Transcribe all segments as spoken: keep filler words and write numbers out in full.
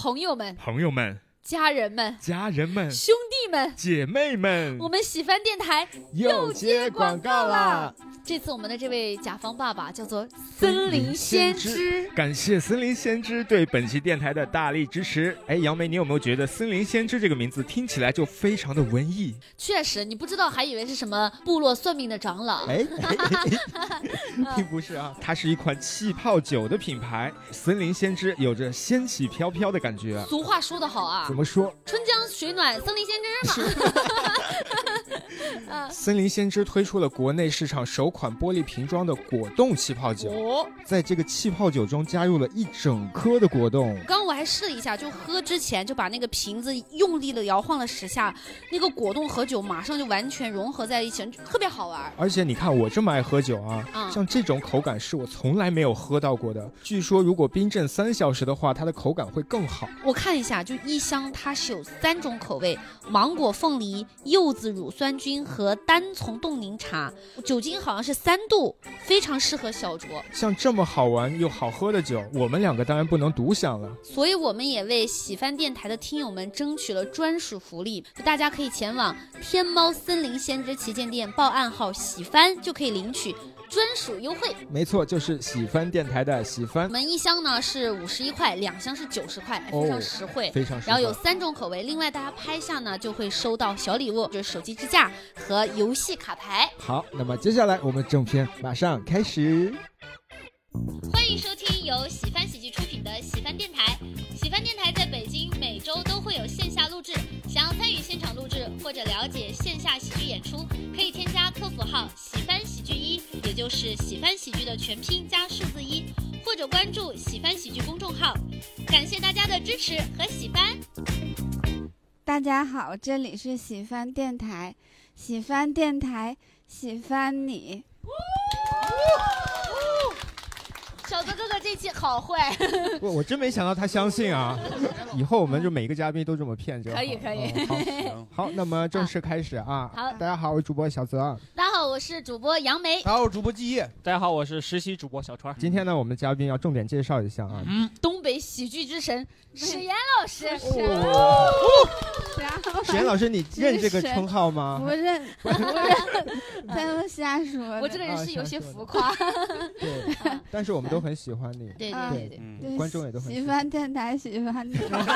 朋友们， 朋友们， 家人们， 家人们， 兄弟们， 姐妹们， 我们喜番电台又接广告啦！ 这次我们的这位甲方爸爸叫做森林先知， 感谢森林先知对本期电台的大力支持。哎，杨梅，你有没有觉得森林先知这个名字听起来就非常的文艺？ 确实，你不知道还以为是什么部落算命的长老。 哎，并不是啊，它是一款气泡酒的品牌。森林先知有着仙气飘飘的感觉。 俗话说得好啊， 怎么说？ 春江水暖森林先知嘛。 森林先知推出了国内市场首款玻璃瓶装的果冻气泡酒， 哦， 在这个气泡酒中加入了一整颗的果冻。 刚刚我还试了一下，就喝之前就把那个瓶子用力的摇晃了十下，那个果冻和酒马上就完全融合在一起，特别好玩。 而且你看我这么爱喝酒啊、嗯、像这种口感是我从来没有喝到过的。据说如果冰镇三小时的话，它的口感会更好。 我看一下，就一箱它是有三种口味，芒果凤梨、柚子乳酸菌和单丛冻柠茶，酒精好像是三度，非常适合小酌。 像这么好玩又好喝的酒，我们两个当然不能独享了， 所以我们也为喜番电台的听友们争取了专属福利，大家可以前往天猫森林先知旗舰店报暗号喜番，就可以领取专属优惠。 没错，就是喜番电台的喜番。 我们一箱呢是五十一块，两箱是九十块，非常实惠、哦、 非常实惠。 然后有三种口味，另外大家拍下呢就会收到小礼物，就是手机支架和游戏卡牌。 好，那么接下来我们正片马上开始。 欢迎收听由喜番喜剧出品的喜番电台。喜番电台在北京每周都会有线下录制，想要参与现场录制或者了解线下喜剧演出，可以添加客服号喜番喜剧一，也就是喜番喜剧的全拼加数字一，或者关注喜番喜剧公众号。感谢大家的支持和喜番。 大家好，这里是喜番电台，喜番电台喜番你。 小泽哥哥这期好会我我真没想到他相信啊以后我们就每个嘉宾都这么骗就好。 可以可以、 哦、好, 好那么正式开始啊。 好， 大家好，我是主播小泽。 大家好，我是主播杨梅。 大家好，我是主播季业。 大家好，我是实习主播小川。 今天呢我们的嘉宾要重点介绍一下啊， 嗯，东北喜剧之神史岩老师。 哦史岩老师，你认这个称号吗？ 不认不认咱们瞎说。 我这个人是有些浮夸、啊、 对、啊、但是我们都很喜欢你。 对对对对、 嗯、观众也都很喜欢电台喜欢你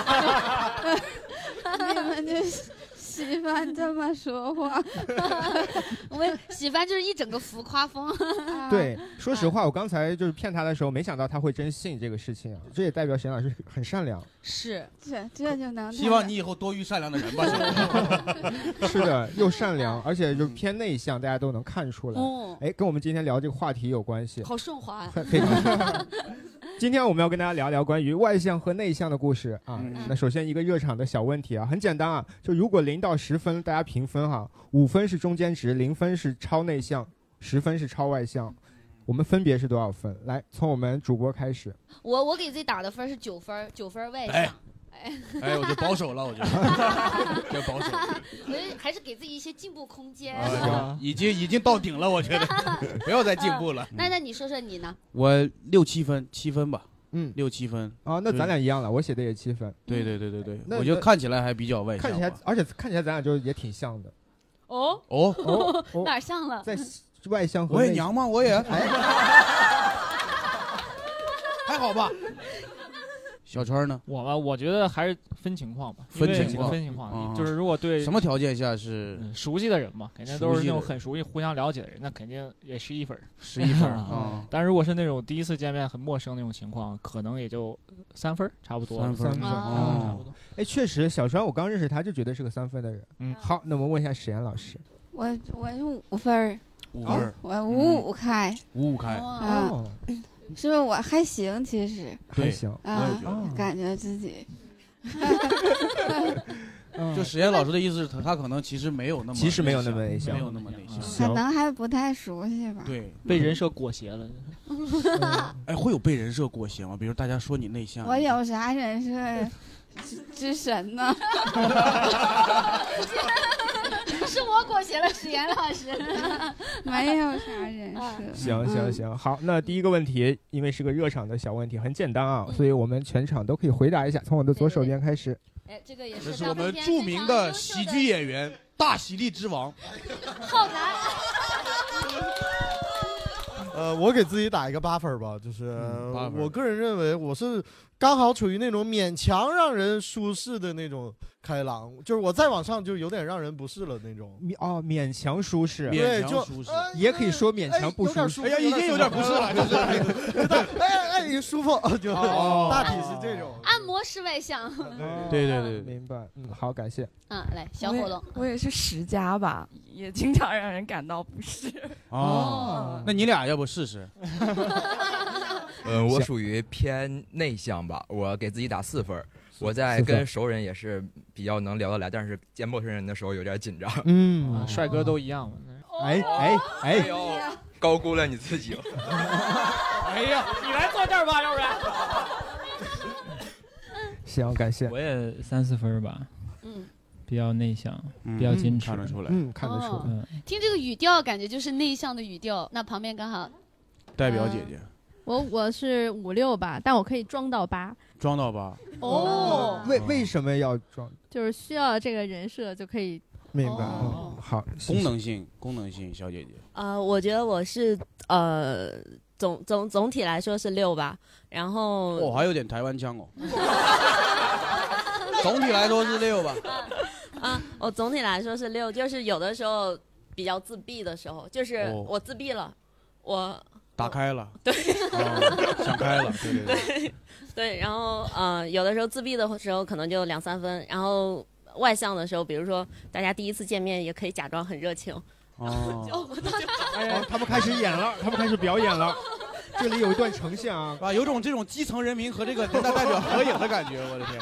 你们就喜欢这么说话我们喜欢就是一整个浮夸风对，说实话我刚才就是骗他的时候没想到他会真信这个事情啊，这也代表沈老师很善良。 是这这就能希望你以后多遇善良的人吧是的，又善良而且就偏内向，大家都能看出来、哦、哎，跟我们今天聊这个话题有关系。 好顺滑啊非常今天我们要跟大家聊聊关于外向和内向的故事啊、嗯。那首先一个热场的小问题啊，很简单啊，就如果零到十分大家评分哈、啊，五分是中间值，零分是超内向，十分是超外向，我们分别是多少分？来，从我们主播开始。 我我给自己打的分是九分，九分外向。 哎哎，我就保守了，我觉得这保守， 我觉得还是给自己一些进步空间。 啊、已经已经到顶了，我觉得不要再进步了。 啊、那那你说说你呢？ 我六七分，七分吧。 嗯， 六七分啊，那咱俩一样了，我写的也七分。 对对对对对，我觉得看起来还比较外向， 看起来，而且看起来咱俩就也挺像的。 哦哦哦， 哦哪像了？ 在外向和我也娘吗？我也，哎、还好吧。小川呢？ 我吧，我觉得还是分情况吧， 分情况， 分情况， 嗯、 就是如果对什么条件下是、 嗯、熟悉的人嘛，肯定都是那种很熟悉、互相了解的人，那肯定也十一分， 十一分。 嗯、但如果是那种第一次见面很陌生那种情况，可能也就三分，差不多。 三分， 三分， 哦、差不多。 哎，确实，小川我刚认识他就觉得是个三分的人。嗯，好，那我们问一下史岩老师。 我我是五分， 五分， 我五五开， 五五开。 哦。嗯是不是我还行？其实还行啊，感觉自己。 就史岩老师的意思是他，他可能其实没有那么， 其实没有那么内向， 没有那么内向， 可能还不太熟悉吧。 对， 被人设裹挟了。 哎，会有被人设裹挟吗？比如大家说你内向， 我有啥人设之神呢？ 是我裹挟了史岩老师， 没有啥人设。 行行行，好，那第一个问题，因为是个热场的小问题，很简单啊，所以我们全场都可以回答一下。从我的左手边开始。 哎，这个也是。这是我们著名的喜剧演员，大喜力之王， 浩南。 呃，我给自己打一个八分吧，就是、嗯、我个人认为我是刚好处于那种勉强让人舒适的那种开朗，就是我再往上就有点让人不适了那种。 哦，勉强舒适， 对，就、 呃、也可以说勉强不舒适。 哎呀，已经有点不适了，就是哎哎，已经舒服，就、哦、大体是这种。 按摩式外向。 对对对， 明白。嗯，好，感谢。 嗯，来，小火龙， 我也是十佳吧，也经常让人感到不适。 哦，那你俩要不试试？ 嗯，我属于偏内向吧，我给自己打四分。我在跟熟人也是比较能聊得来，但是见陌生人的时候有点紧张。 嗯， 啊、帅哥都一样。 哎哎哎， 哎高估了你自己了。 哎呀，你来坐这儿吧，要不然。 行，感谢。 我也三四分吧。 嗯。 比较内向，比较矜持， 看得出来。 嗯，看得出来。 嗯，听这个语调，感觉就是内向的语调。那旁边刚好代表姐姐。 我我是五六吧，但我可以装到八。 装到八。 哦。 为为什么要装？ 就是需要这个人设就可以。 明白。哦、嗯，好。 功能性，功能性，小姐姐。 呃，我觉得我是呃总总总体来说是六吧，然后。 哦，还有点台湾腔哦。总体来说是六吧。 啊，我总体来说是六，就是有的时候比较自闭的时候，就是我自闭了，哦、我打开了， 对， 哦、想开了，对对对， 对，对，然后呃，有的时候自闭的时候可能就两三分，然后外向的时候，比如说大家第一次见面也可以假装很热情， 哦， 哎，他们开始演了，他们开始表演了。这里有一段呈现啊， 啊，有种这种基层人民和这个人大代表合影的感觉，我的天。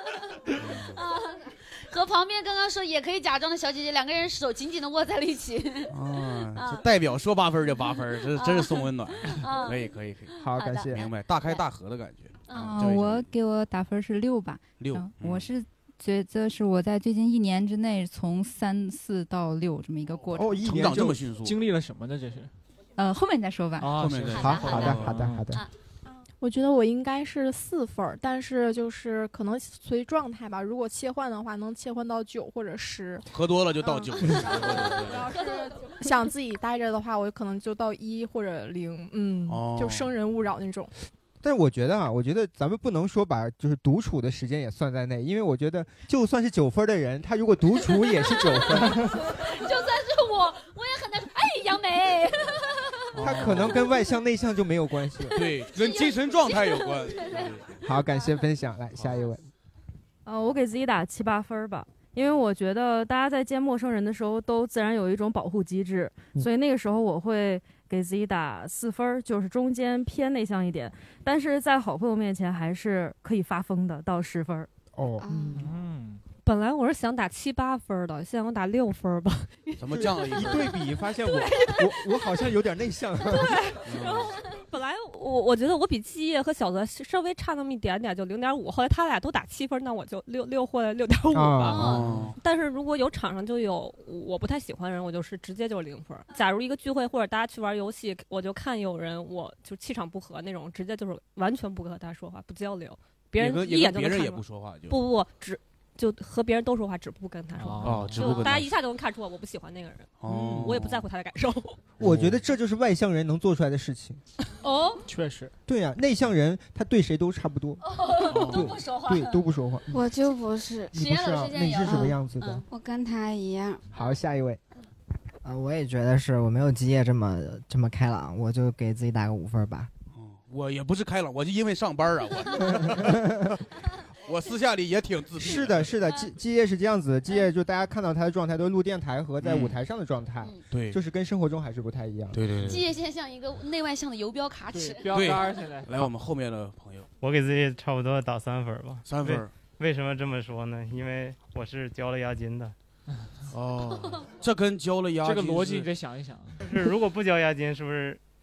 和旁边刚刚说也可以假装的小姐姐，两个人手紧紧的握在了一起。 啊，代表说八分就八分，这真是送温暖。可以可以可以， 好，感谢。 明白，大开大合的感觉。 啊，我给我打分是六吧。 六， 我是觉得是我在最近一年之内从三四到六这么一个过程。 哦，一年成长这么迅速， 经历了什么呢？这是？ 呃，后面再说吧。 后面再说。 好好的好的好的。 我觉得我应该是四分，但是就是可能随状态吧。如果切换的话，能切换到九或者十。 喝多了就到九。 嗯、要是想自己待着的话，我可能就到一或者零，嗯，哦、就生人勿扰那种。 但是我觉得啊，我觉得咱们不能说把就是独处的时间也算在内，因为我觉得就算是九分的人，他如果独处也是九分。 就算是我，我也很难说。哎，杨梅。 他可能跟外向内向就没有关系了， 对，跟精神状态有关。 好，感谢分享，来下一位。 呃，我给自己打七八分吧，因为我觉得大家在见陌生人的时候都自然有一种保护机制， 嗯、 所以那个时候我会给自己打四分，就是中间偏内向一点，但是在好朋友面前还是可以发疯的，到十分。 哦， 嗯。 本来我是想打七八分的，现在我打六分吧。 怎么降了一分？ 一对比发现我我我好像有点内向。 对，然后本来我我觉得我比基业和小泽稍微差那么一点点，就零点五。后来他俩都打七分，那我就六六或者六点五吧。 啊、 但是如果有场上就有我不太喜欢的人，我就是直接就是零分。假如一个聚会或者大家去玩游戏，我就看有人我就气场不合那种，直接就是完全不和他说话，不交流。别人一眼就能看出来。 别人也不说话就。 不不不，只。就和别人都说话，只不跟他说话。 哦，只不跟他说。 大家一下就能看出我我不喜欢那个人。 哦、 嗯，我也不在乎他的感受。 我觉得这就是外向人能做出来的事情。 哦， 确实。 对呀、啊，内向人他对谁都差不多。 哦，都不说话。 对，都不说话。 我就不是。 你不是啊？那你是什么样子的？嗯、 我跟他一样。 好，下一位。 啊、呃，我也觉得是我没有基业这么这么开朗，我就给自己打个五分吧。 哦，我也不是开朗，我就因为上班啊，我。我私下里也挺自闭。 是的，是的，基基业是这样子的，基业就大家看到他的状态都是录电台和在舞台上的状态， 对、嗯， 就是跟生活中还是不太一样。 对对对。 基业现在像一个内外向的游标卡尺， 标杆现在。 来，我们后面的朋友， 我给自己差不多打三分吧。 三分。 为, 为什么这么说呢？因为我是交了押金的。 哦，这跟交了押金这个逻辑你得想一想， 就是如果不交押金，是不是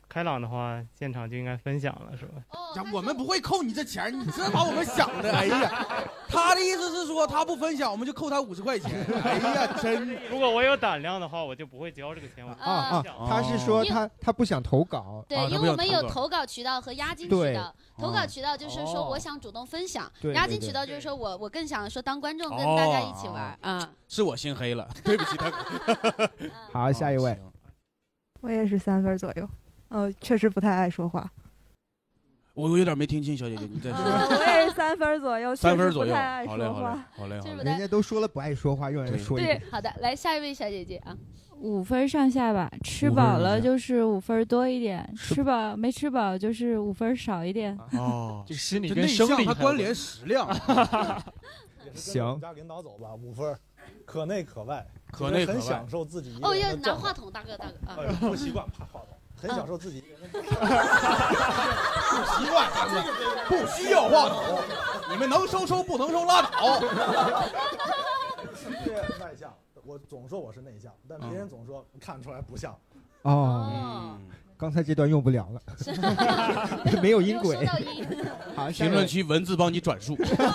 开朗的话，现场就应该分享了，是吧？ 呀，我们不会扣你这钱，你这把我们想的，哎呀，他的意思是说他不分享，我们就扣他五十块钱。哎呀，真， 如果我有胆量的话，我就不会交这个钱。我啊啊，他是说他他不想投稿， 对，因为我们有投稿渠道和押金渠道。投稿渠道就是说我想主动分享，押金渠道就是说我我更想说当观众跟大家一起玩啊。 是我心黑了，对不起他。 好，下一位。 我也是三分左右，呃，确实不太爱说话。 我有点没听清，小姐姐，你再说。 我也是三分左右， 三分左右， 不太爱说话。 好嘞，好嘞，好嘞，好嘞。 人家都说了不爱说话，让人说一遍。 对，好的，来下一位小姐姐啊。 五分上下吧，吃饱了就是五分多一点，吃饱没吃饱就是五分少一点。 哦， 这心理跟生理它关联食量。 行， 家领导走吧，五分，可内可外， 可内可外， 很享受自己。 哦，要拿话筒，大哥大哥啊， 不习惯怕话筒，很享受自己一个人。不习惯，大哥，不需要话筒，你们能收收，不能收拉倒。 外向。我总说我是内向，但别人总说看出来不像。 哦，刚才这段用不了了，没有音轨。 好，评论区文字帮你转述。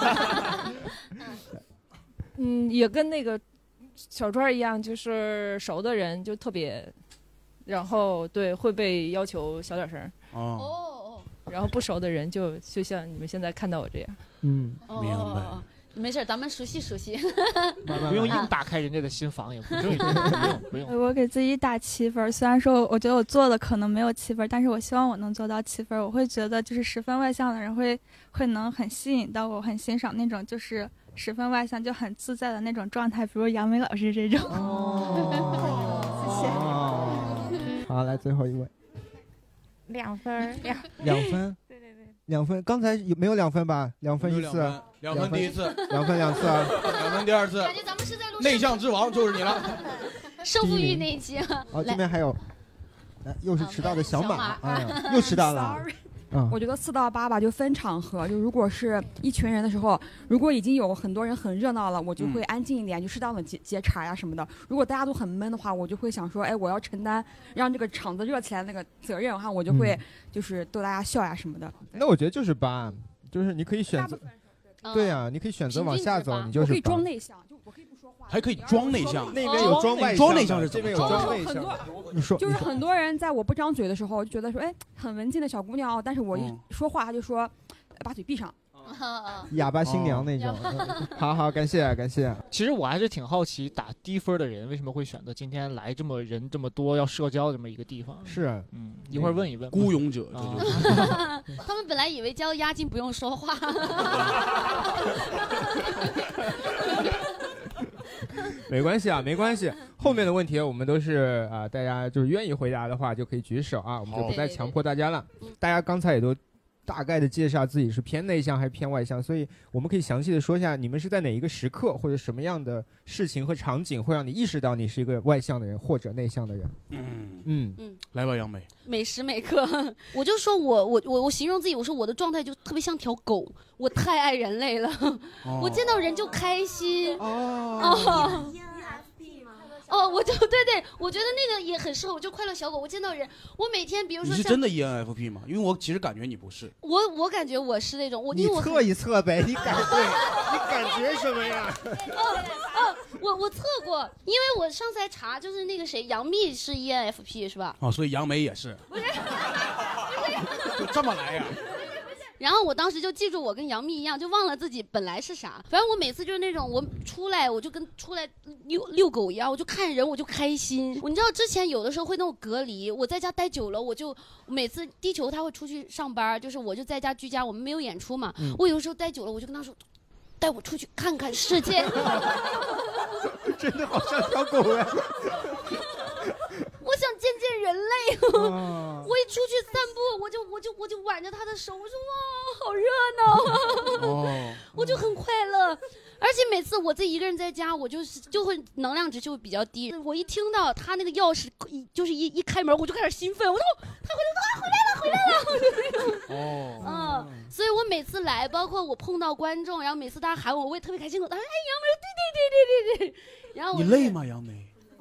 嗯，也跟那个小川一样，就是熟的人就特别，然后对会被要求小点声。 哦。 然后不熟的人就就像你们现在看到我这样。 嗯， 明白。 没事，咱们熟悉熟悉， 不用硬打开人家的心房，也不用不用不用。 我给自己打七分，虽然说我觉得我做的可能没有七分，但是我希望我能做到七分。我会觉得就是十分外向的人会会能很吸引到我，很欣赏那种就是十分外向就很自在的那种状态，比如杨梅老师这种。 哦，谢谢。好，来最后一位。 两分，两两分。对对对，两分。刚才有没有两分吧？两分一次。 两分第一次， 两分两次啊， 两分第二次。 感觉咱们是在录内向之王就是你了。 胜负欲那一期。 哦，这边还有，来又是迟到的小马啊，又迟到了。 嗯，我觉得四到八吧，就分场合。就如果是一群人的时候，如果已经有很多人很热闹了，我就会安静一点，就适当的接接茬呀什么的。如果大家都很闷的话，我就会想说，哎，我要承担让这个场子热起来那个责任哈，我就会就是逗大家笑呀什么的。 那我觉得就是八，就是你可以选择。对呀、啊，你可以选择往下走，你就是。 我可以装内向，就我可以不说话。 还可以装内向， 那边有装外向， 装内向是这边有装内向。你说， 就是很多人在我不张嘴的时候，就觉得说，哎，很文静的小姑娘，但是我一说话，他就说，把嘴闭上。 哑巴新娘那种。好好，感谢感谢。 其实我还是挺好奇，打低分的人为什么会选择今天来这么人这么多要社交这么一个地方？ 是， 嗯，一会儿问一问。 孤勇者，这就是。 他们本来以为交押金不用说话。 没关系啊，没关系。后面的问题我们都是啊、呃，大家就是愿意回答的话就可以举手啊，我们就不再强迫大家了。大家刚才也都大概的介绍自己是偏内向还是偏外向，所以我们可以详细的说一下，你们是在哪一个时刻或者什么样的事情和场景会让你意识到你是一个外向的人或者内向的人。 嗯嗯嗯， 来吧，杨梅。 每时每刻，我就说我我我我形容自己，我说我的状态就特别像条狗，我太爱人类了，哦、我见到人就开心。哦。哦哦，我就对对，我觉得那个也很适合我，就快乐小狗。我见到人，我每天比如说你是真的 E N F P 吗？因为我其实感觉你不是。 我我感觉我是那种，我你测一测呗，你感对，你感觉什么呀？ 哦哦，我我测过，因为我上次还查，就是那个谁，杨幂是 E N F P 是吧？ 哦，所以杨梅也是。 不是， 就这么来呀。 然后我当时就记住我跟杨幂一样，就忘了自己本来是啥。反正我每次就是那种我出来我就跟出来遛遛狗一样，我就看人我就开心。你知道之前有的时候会那种隔离，我在家待久了，我就每次地球他会出去上班，就是我就在家居家，我们没有演出嘛。嗯、我有时候待久了，我就跟他说，带我出去看看世界。 真的好像条狗呀。 我想见见人类，我一出去散步，我就我就我就挽着他的手，我说哇，好热闹啊，哦、我就很快乐。而且每次我自己一个人在家，我就是就会能量值就会比较低。我一听到他那个钥匙，就是一一开门，我就开始兴奋，我说他回来了，回来了，回来了，我就那种。哦。嗯，所以我每次来，包括我碰到观众，然后每次大家喊我，我也特别开心。我当时哎，杨梅，对对对对对对。然后你累吗，杨梅？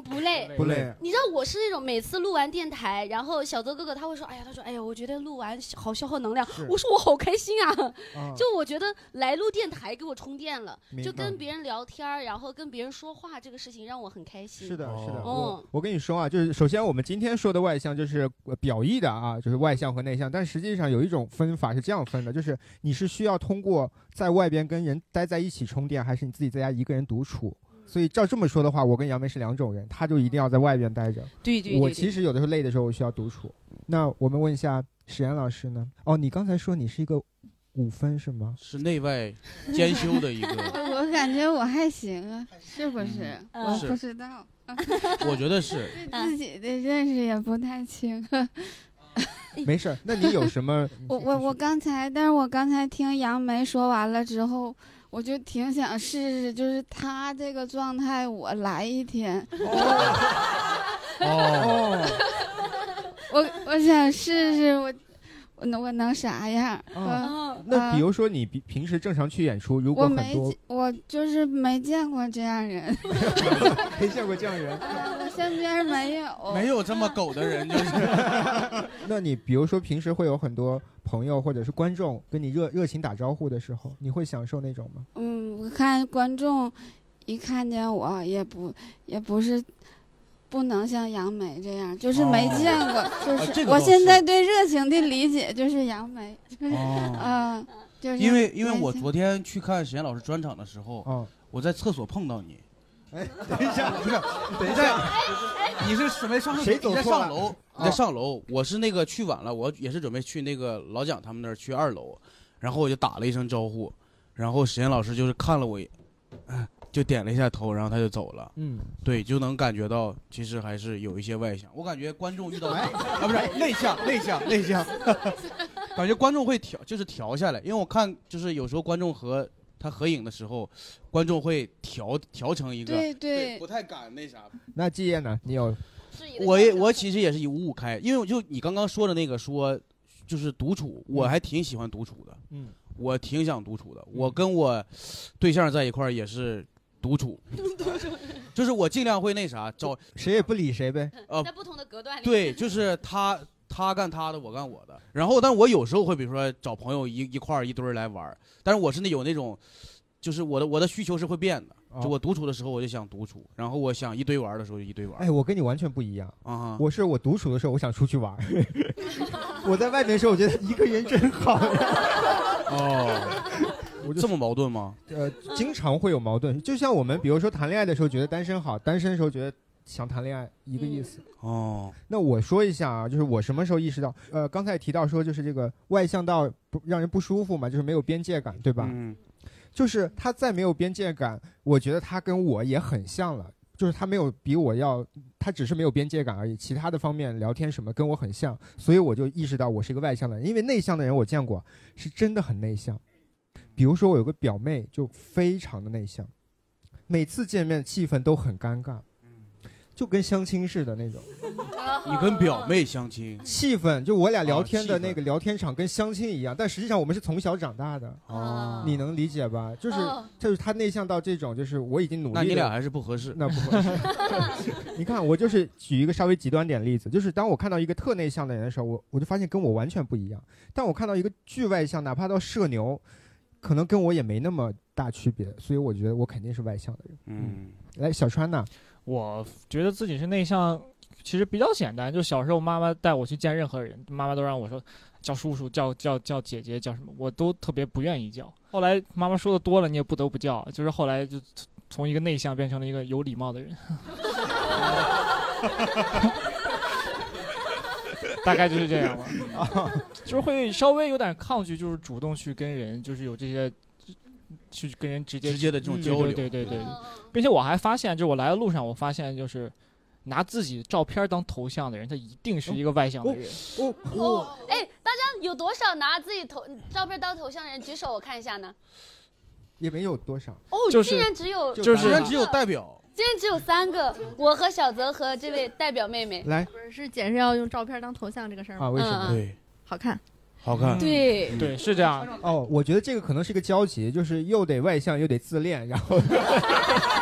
不累， 不累。 你知道我是那种每次录完电台，然后小泽哥哥他会说，哎呀，他说，哎呀，我觉得录完好消耗能量。我说我好开心啊， 啊就我觉得来录电台给我充电了， 明白就跟别人聊天，然后跟别人说话，这个事情让我很开心。 是的，是的。 嗯我我跟你说啊，就是首先我们今天说的外向就是表意的啊，就是外向和内向，但实际上有一种分法是这样分的，就是你是需要通过在外边跟人待在一起充电，还是你自己在家一个人独处。所以照这么说的话，我跟杨梅是两种人，他就一定要在外边待着。 对对对对我其实有的时候累的时候，我需要独处。那我们问一下史岩老师呢？哦，你刚才说你是一个五分是吗？ 是内外兼修的一个。 我感觉我还行啊，是不是？ 嗯、 我不知道。 我觉得是。 对自己的认识也不太清。 没事，那你有什么？ 我我我刚才，但是我刚才听杨梅说完了之后。我就挺想试试，就是他这个状态，我来一天。 哦， 我我想试试我，我能我能啥样？ 哦，那比如说你平平时正常去演出，如果很多， 我我就是没见过这样人， 没见过这样人， 我身边没有， 没有这么狗的人，就是。 那你比如说平时会有很多朋友或者是观众跟你热热情打招呼的时候，你会享受那种吗？ 嗯，我看观众一看见我也不也不是不能像杨梅这样，就是没见过，哦、就是、啊这个、我现在对热情的理解就是杨梅，就是哦、 呃，就是因为因为我昨天去看史岩老师专场的时候， 哦、 我在厕所碰到你。 哎，等一下，不是，等一下，你是准备上谁走错了？ 你在上楼，你在上楼，我是那个去晚了，我也是准备去那个老蒋他们那儿去二楼，然后我就打了一声招呼，然后史岩老师就是看了我，就点了一下头，然后他就走了。 嗯， 对，就能感觉到其实还是有一些外向。我感觉观众遇到啊不是内向，内向，内向，感觉观众会调，就是调下来，因为我看就是有时候观众和。他合影的时候，观众会调调成一个对对, 对不太敢那啥。 那季业呢？你有？ 我也我其实也是以五五开，因为就你刚刚说的那个说，就是独处，我还挺喜欢独处的。 嗯， 我挺想独处的。我跟我对象在一块儿也是独处，就是我尽量会那啥找谁也不理谁呗。 呃， 在不同的隔断里。 对，就是他。他干他的，我干我的。然后，但我有时候会，比如说找朋友一一块儿一堆儿来玩，但是我是那有那种，就是我的我的需求是会变的。 哦、 就我独处的时候，我就想独处；然后我想一堆玩的时候，就一堆玩。 哎，我跟你完全不一样啊！ Uh-huh. 我是我独处的时候，我想出去玩；我在外面的时候，我觉得一个人真好。 哦，我这么矛盾吗？ 呃，经常会有矛盾。就像我们，比如说谈恋爱的时候觉得单身好，单身的时候觉得。想谈恋爱一个意思哦。 那我说一下啊，就是我什么时候意识到，呃，刚才提到说就是这个外向到不让人不舒服嘛，就是没有边界感，对吧？ 嗯。 就是他再没有边界感，我觉得他跟我也很像了，就是他没有比我要，他只是没有边界感而已，其他的方面聊天什么跟我很像，所以我就意识到我是一个外向的人，因为内向的人我见过是真的很内向。比如说我有个表妹就非常的内向，每次见面气氛都很尴尬。就跟相亲似的那种， 你跟表妹相亲， 气氛就我俩聊天的那个聊天场跟相亲一样，但实际上我们是从小长大的， 哦， 你能理解吧？就是就是他内向到这种，就是我已经努力了， 那你俩还是不合适， 那不合适。你看，我就是举一个稍微极端点例子，就是当我看到一个特内向的人的时候，我我就发现跟我完全不一样；但我看到一个巨外向，哪怕到社牛，可能跟我也没那么大区别，所以我觉得我肯定是外向的人。 嗯， 来，小川呢？ 我觉得自己是内向，其实比较简单。就小时候妈妈带我去见任何人，妈妈都让我说叫叔叔、叫叫叫姐姐、叫什么，我都特别不愿意叫。后来妈妈说的多了，你也不得不叫。就是后来就从一个内向变成了一个有礼貌的人，大概就是这样吧。就是会稍微有点抗拒，就是主动去跟人，就是有这些。去跟人直接直接的这种交流， 对对对对对，并且我还发现，就是我来的路上，我发现就是拿自己照片当头像的人，他一定是一个外向的人。 哦哦，哎，大家有多少拿自己头照片当头像的人？举手我看一下呢。 也没有多少。 哦， 就是、 竟然只有， 就是竟然只有代表， 竟然只有三个，我和小泽和这位代表妹妹。 来， 不是是解释要用照片当头像这个事儿吗？ 啊，为什么？ 嗯、对， 好看。 好看， 对、 嗯、对，是这样。 哦，我觉得这个可能是一个交集，就是又得外向又得自恋，然后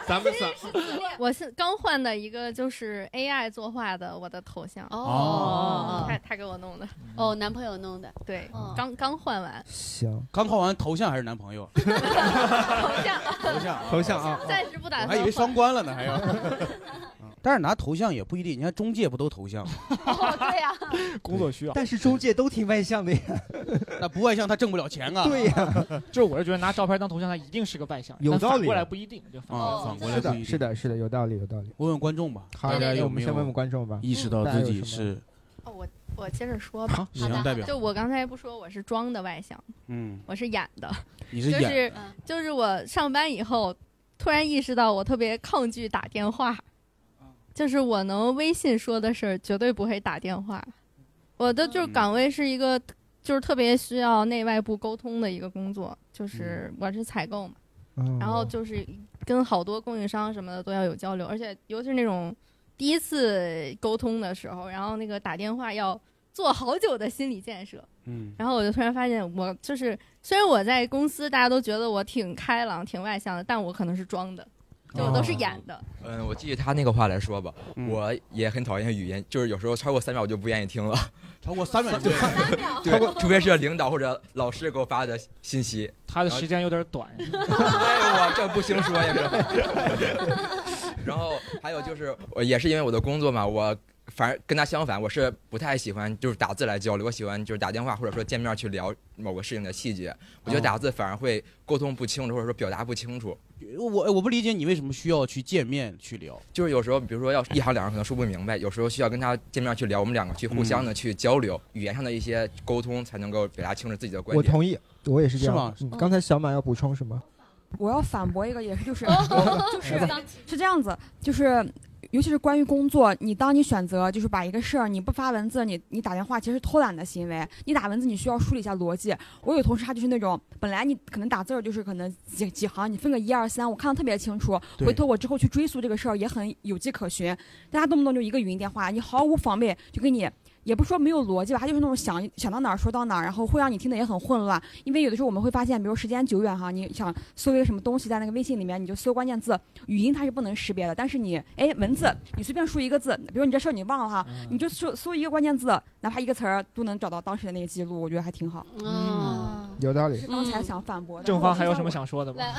咱们仨， 我是刚换的一个就是 A I 作画的我的头像哦， 他他给我弄的， 哦，男朋友弄的， 对，刚刚换完， 行， 刚换完头像还是男朋友？ 头像头像头像啊， 暂时不打算， 我还以为双关了呢，还要。但是拿头像也不一定，你看中介不都头像？ 哦，对呀， 工作需要。 但是中介都挺外向的呀。 那不外向他挣不了钱啊。 对呀， 就是我是觉得拿照片当头像，他一定是个外向， 有道理。 反过来不一定，就啊，反过来不一定。 是的，是的，有道理，有道理。 问问观众吧， 大家有没有先问问观众吧， 意识到自己是？ 哦，我我接着说吧。 行，代表。 就我刚才不说我是装的外向， 嗯， 我是演的。 你是演？ 就是就是我上班以后，突然意识到我特别抗拒打电话。就是我能微信说的事儿，绝对不会打电话。我的就是岗位是一个，就是特别需要内外部沟通的一个工作，就是我是采购嘛， 嗯、 然后就是跟好多供应商什么的都要有交流，而且尤其是那种第一次沟通的时候，然后那个打电话要做好久的心理建设。嗯，然后我就突然发现，我就是虽然我在公司大家都觉得我挺开朗、挺外向的，但我可能是装的。就我都是演的。 嗯，我继续他那个话来说吧，嗯、我也很讨厌语言，就是有时候超过三秒我就不愿意听了。 超过三秒就三秒，对，除非是领导或者老师给我发的信息。 他的时间有点短。 哎，我这不兴说呀，这。然后还有就是，我也是因为我的工作嘛，我。反而跟他相反，我是不太喜欢就是打字来交流，我喜欢就是打电话或者说见面去聊某个事情的细节。我觉得打字反而会沟通不清楚，或者说表达不清楚。 我我不理解你为什么需要去见面去聊， 就是有时候比如说要一行两行可能说不明白，有时候需要跟他见面去聊，我们两个去互相的去交流，嗯、语言上的一些沟通才能够表达清楚自己的观点。 我同意，我也是这样。 是吗？ 嗯、刚才小马要补充什么？ 我要反驳一个，也是就是就是是这样子，就是。尤其是关于工作，你当你选择就是把一个事儿你不发文字，你你打电话，其实是偷懒的行为。你打文字，你需要梳理一下逻辑。我有同事他就是那种，本来你可能打字儿就是可能几几行，你分个一二三，我看得特别清楚。回头我之后去追溯这个事儿也很有迹可循。大家动不动就一个语音电话，你毫无防备就给你。也不说没有逻辑吧，他就是那种想想到哪儿说到哪儿，然后会让你听得也很混乱。因为有的时候我们会发现，比如时间久远哈，你想搜一个什么东西在那个微信里面，你就搜关键字，语音它是不能识别的，但是你哎文字你随便输一个字，比如你这事儿你忘了哈，嗯、你就搜搜一个关键字，哪怕一个词儿都能找到当时的那个记录，我觉得还挺好。 嗯，有道理。 是刚才想反驳的。 正方还有什么想说的吗？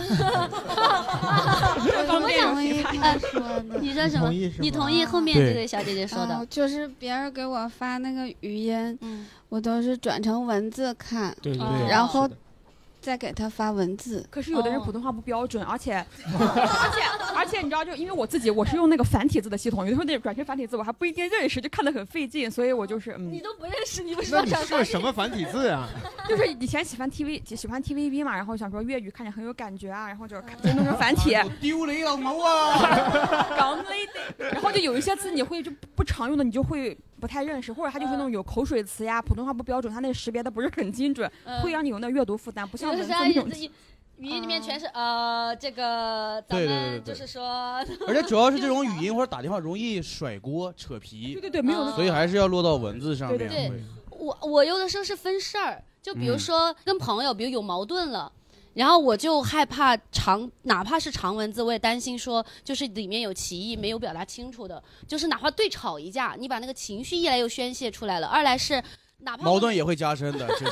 我想一开说的， 你说什么？你同意后面这个小姐姐说的？ 呃、就是别人给我发那个语音，嗯、我都是转成文字看， 对对对， 然后再给他发文字。 可是有的人普通话不标准，而且而且而且你知道，就因为我自己我是用那个繁体字的系统，有的时候那转成繁体字我还不一定认识，就看得很费劲，所以我就是嗯。 你都不认识，你为什么？ 那你是什么繁体字啊？ 就是以前喜欢 T V 喜欢 T V B 嘛，然后想说粤语看着很有感觉啊，然后就就弄成繁体。 丢你老母啊！ 搞你的。然后就有一些字你会就不常用的，你就会不太认识，或者它就是那种有口水词呀，普通话不标准，它那个识别的不是很精准，嗯、会让你有那阅读负担，不像文字那种。 语音里面全是呃，这个咱们就是说， 而且主要是这种语音或者打电话容易甩锅扯皮， 对对对，没有， 所以还是要落到文字上面。 对对对，我我有的时候是分事儿，就比如说跟朋友，比如有矛盾了。然后我就害怕长，哪怕是长文字，我也担心说，就是里面有歧义没有表达清楚的，就是哪怕对吵一架，你把那个情绪一来又宣泄出来了，二来是哪怕矛盾也会加深的，就是。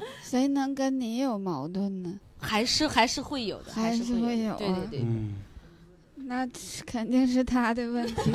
谁能跟你有矛盾呢？ 还是还是会有的， 还是会有、啊， 对对对。 嗯， 那肯定是他的问题。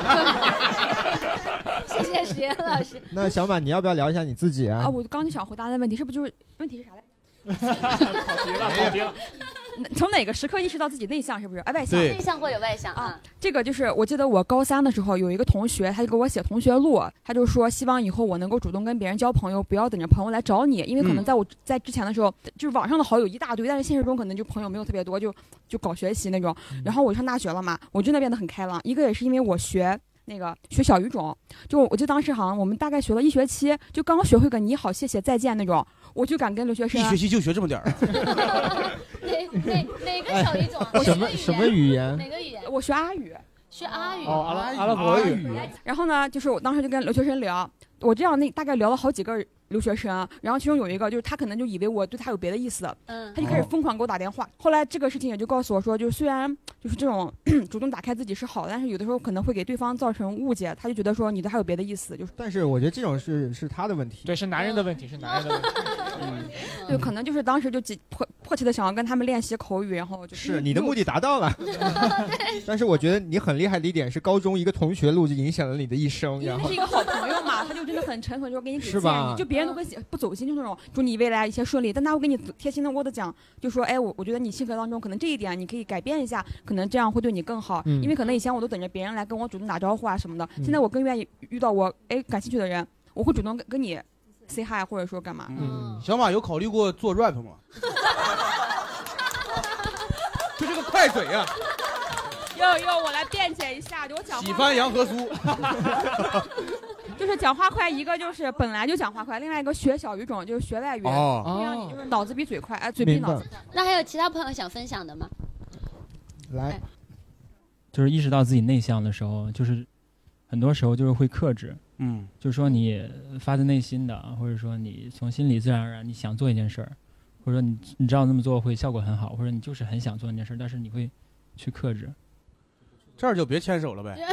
谢谢石岩老师。 那小马，你要不要聊一下你自己啊？ 啊，我刚就想回答的问题，是不是就是问题是啥来？ 跑题了，跑题了。 从哪个时刻意识到自己内向，是不是？哎，外向， 内向或者外向啊？ 这个就是我记得我高三的时候有一个同学，他就给我写同学录，他就说希望以后我能够主动跟别人交朋友，不要等着朋友来找你，因为可能在我在之前的时候，就是网上的好友一大堆，但是现实中可能就朋友没有特别多，就就搞学习那种。然后我上大学了嘛，我真的变得很开朗。一个也是因为我学。那个学小语种，就我记得当时好像我们大概学了一学期，就刚刚学会个你好、谢谢、再见那种，我就敢跟留学生。 一学期就学这么点儿。 哪哪哪个小语种？ 哎、什么什么语言？ 哪个语言？ 我学阿语。 学阿语。 哦，阿拉阿拉伯语。 然后呢，就是我当时就跟留学生聊，我这样那大概聊了好几个留学生，然后其中有一个就是他可能就以为我对他有别的意思，嗯，他就开始疯狂给我打电话。后来这个事情也就告诉我说，就是虽然就是这种主动打开自己是好的，但是有的时候可能会给对方造成误解，他就觉得说你的还有别的意思，就是。 但是我觉得这种是是他的问题， 对，是男人的问题，是男人的问题。 嗯，对，可能就是当时就迫迫切的想要跟他们练习口语，然后就是你的目的达到了。但是我觉得你很厉害的一点是，高中一个同学录就影响了你的一生，然后是一个好朋友嘛，他就真的很诚恳，就给你给建议， 就别人都会不走心，就那种祝你未来一切顺利，但他会给你贴心的窝的讲，就说哎，我我觉得你性格当中可能这一点你可以改变一下，可能这样会对你更好。嗯、因为可能以前我都等着别人来跟我主动打招呼啊什么的，嗯、现在我更愿意遇到我哎感兴趣的人，我会主动跟跟你 say hi 或者说干嘛。 嗯，小马有考虑过做 rap 吗？就这个快嘴啊！ 哟哟，我来辩解一下，就我讲话喜欢杨和苏， 就是讲话快，一个就是本来就讲话快，另外一个学小语种就是学外语， 哦， 会让你就是脑子比嘴快，哎，嘴比脑子。 那还有其他朋友想分享的吗？ 来， 就是意识到自己内向的时候，就是很多时候就是会克制， 嗯， 就是说你发自内心的，或者说你从心里自然而然你想做一件事儿，或者说你你知道那么做会效果很好，或者你就是很想做那件事儿，但是你会去克制。 这儿就别牵手了呗。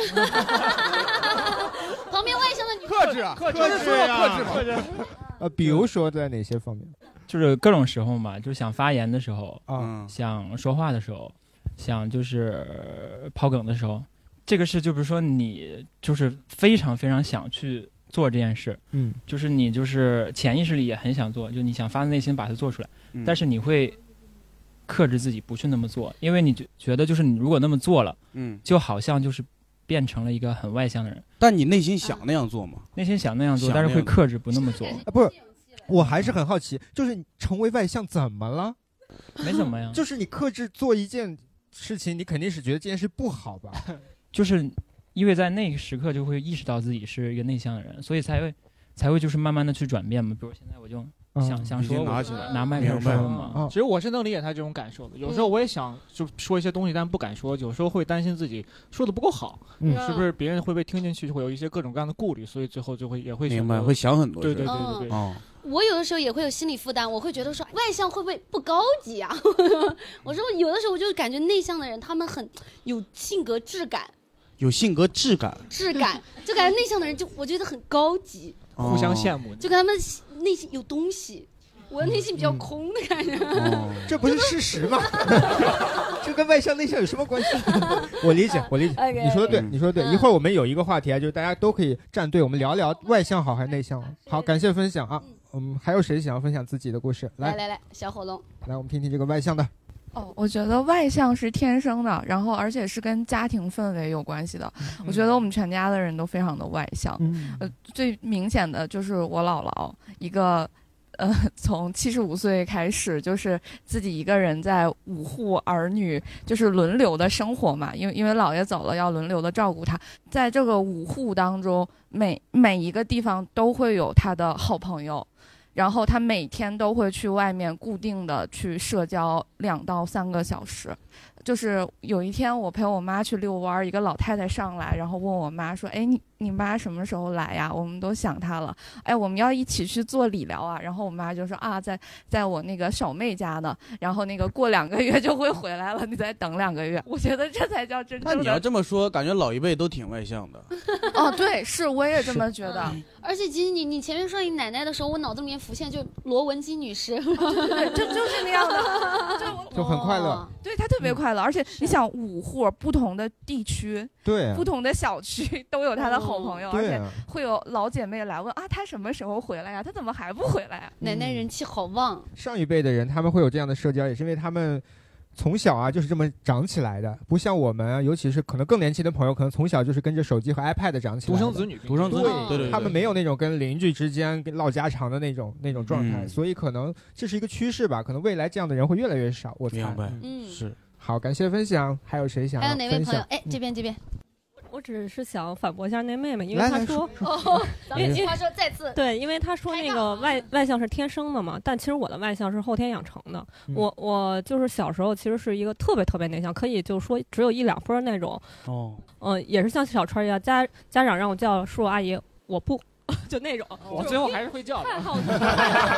旁边外向的女克制啊，克制啊，克制嘛。 呃，比如说在哪些方面？ 就是各种时候嘛，就是想发言的时候， 嗯， 想说话的时候，想就是抛梗的时候，这个是就比如说你就是非常非常想去做这件事， 嗯， 就是你就是潜意识里也很想做，就你想发自内心把它做出来， 嗯、 但是你会克制自己不去那么做，因为你觉得就是你如果那么做了， 嗯， 就好像就是变成了一个很外向的人。 但你内心想那样做吗？ 内心想那样做，但是会克制不那么做。 啊，不是，我还是很好奇，就是你成为外向怎么了？ 没怎么呀， 就是你克制做一件事情，你肯定是觉得这件事不好吧？ 就是因为在那个时刻就会意识到自己是一个内向的人，所以才会才会就是慢慢的去转变嘛。比如现在我就。想想说拿起来拿麦克说嘛， 其实我是能理解他这种感受的。有时候我也想就说一些东西，但不敢说。有时候会担心自己说的不够好， 嗯、 是不是别人会被听进去，会有一些各种各样的顾虑，所以最后就会也会明白，会想很多。 对对对对对。 哦， 我有的时候也会有心理负担，我会觉得说外向会不会不高级啊？我说有的时候我就感觉内向的人他们很有性格质感。 有性格质感， 质感就感觉内向的人就我觉得很高级， 互相羡慕， 就跟他们内心有东西。我的内心比较空的感觉， 哦、这不是事实吗？这跟外向内向有什么关系？我理解，我理解， okay, 你说的对，你说的对。嗯、一会儿我们有一个话题啊，就是大家都可以站队，我们聊聊外向好还是内向。好，感谢分享啊。我们、嗯、还有谁想要分享自己的故事？来来来来，小火龙， 来我们听听这个外向的。 哦，我觉得外向是天生的，然后而且是跟家庭氛围有关系的。嗯、我觉得我们全家的人都非常的外向， 嗯、 呃，最明显的就是我姥姥一个。呃，从七十五岁开始，就是自己一个人在五户儿女，就是轮流的生活嘛。因为因为姥爷走了，要轮流的照顾他。在这个五户当中，每每一个地方都会有他的好朋友，然后他每天都会去外面固定的去社交两到三个小时。就是有一天我陪我妈去遛弯，一个老太太上来，然后问我妈说：“哎，你你妈什么时候来呀？我们都想她了。哎，我们要一起去做理疗啊。”然后我妈就说：“啊，在在我那个小妹家呢，然后那个过两个月就会回来了，你再等两个月。”我觉得这才叫真正的。 那你要这么说，感觉老一辈都挺外向的。 哦，对，是，我也这么觉得。 而且其实你你前面说你奶奶的时候，我脑子里面浮现就罗文姬女士， 对对对，就就是那样的，就就很快乐。 对，她特别快乐。而且你想，五户不同的地区， 对、啊， 不同的小区都有他的好朋友， 哦、 而且会有老姐妹来问啊，他什么时候回来呀？他怎么还不回来呀？ 奶奶人气好旺。 上一辈的人他们会有这样的社交，也是因为他们从小啊就是这么长起来的，不像我们，尤其是可能更年轻的朋友，可能从小就是跟着手机和 iPad 长起来的， 独生子女， 独生子女，对对对， 他们没有那种跟邻居之间跟唠家常的那种那种状态， 嗯、 所以可能这是一个趋势吧，可能未来这样的人会越来越少，我猜。 明白， 嗯， 是。 好，感谢分享。还有谁想要分享？ 还有哪位朋友？哎，这边这边。 我只是想反驳一下那妹妹，因为她说， 哦， 因为她说再次对，因为她说那个外外向是天生的嘛，但其实我的外向是后天养成的。 嗯、 我我就是小时候其实是一个特别特别内向，可以就说只有一两分那种。 哦， 嗯、呃，也是像小川一样，家家长让我叫叔叔阿姨，我不。就那种， 我最后还是会叫， 太好，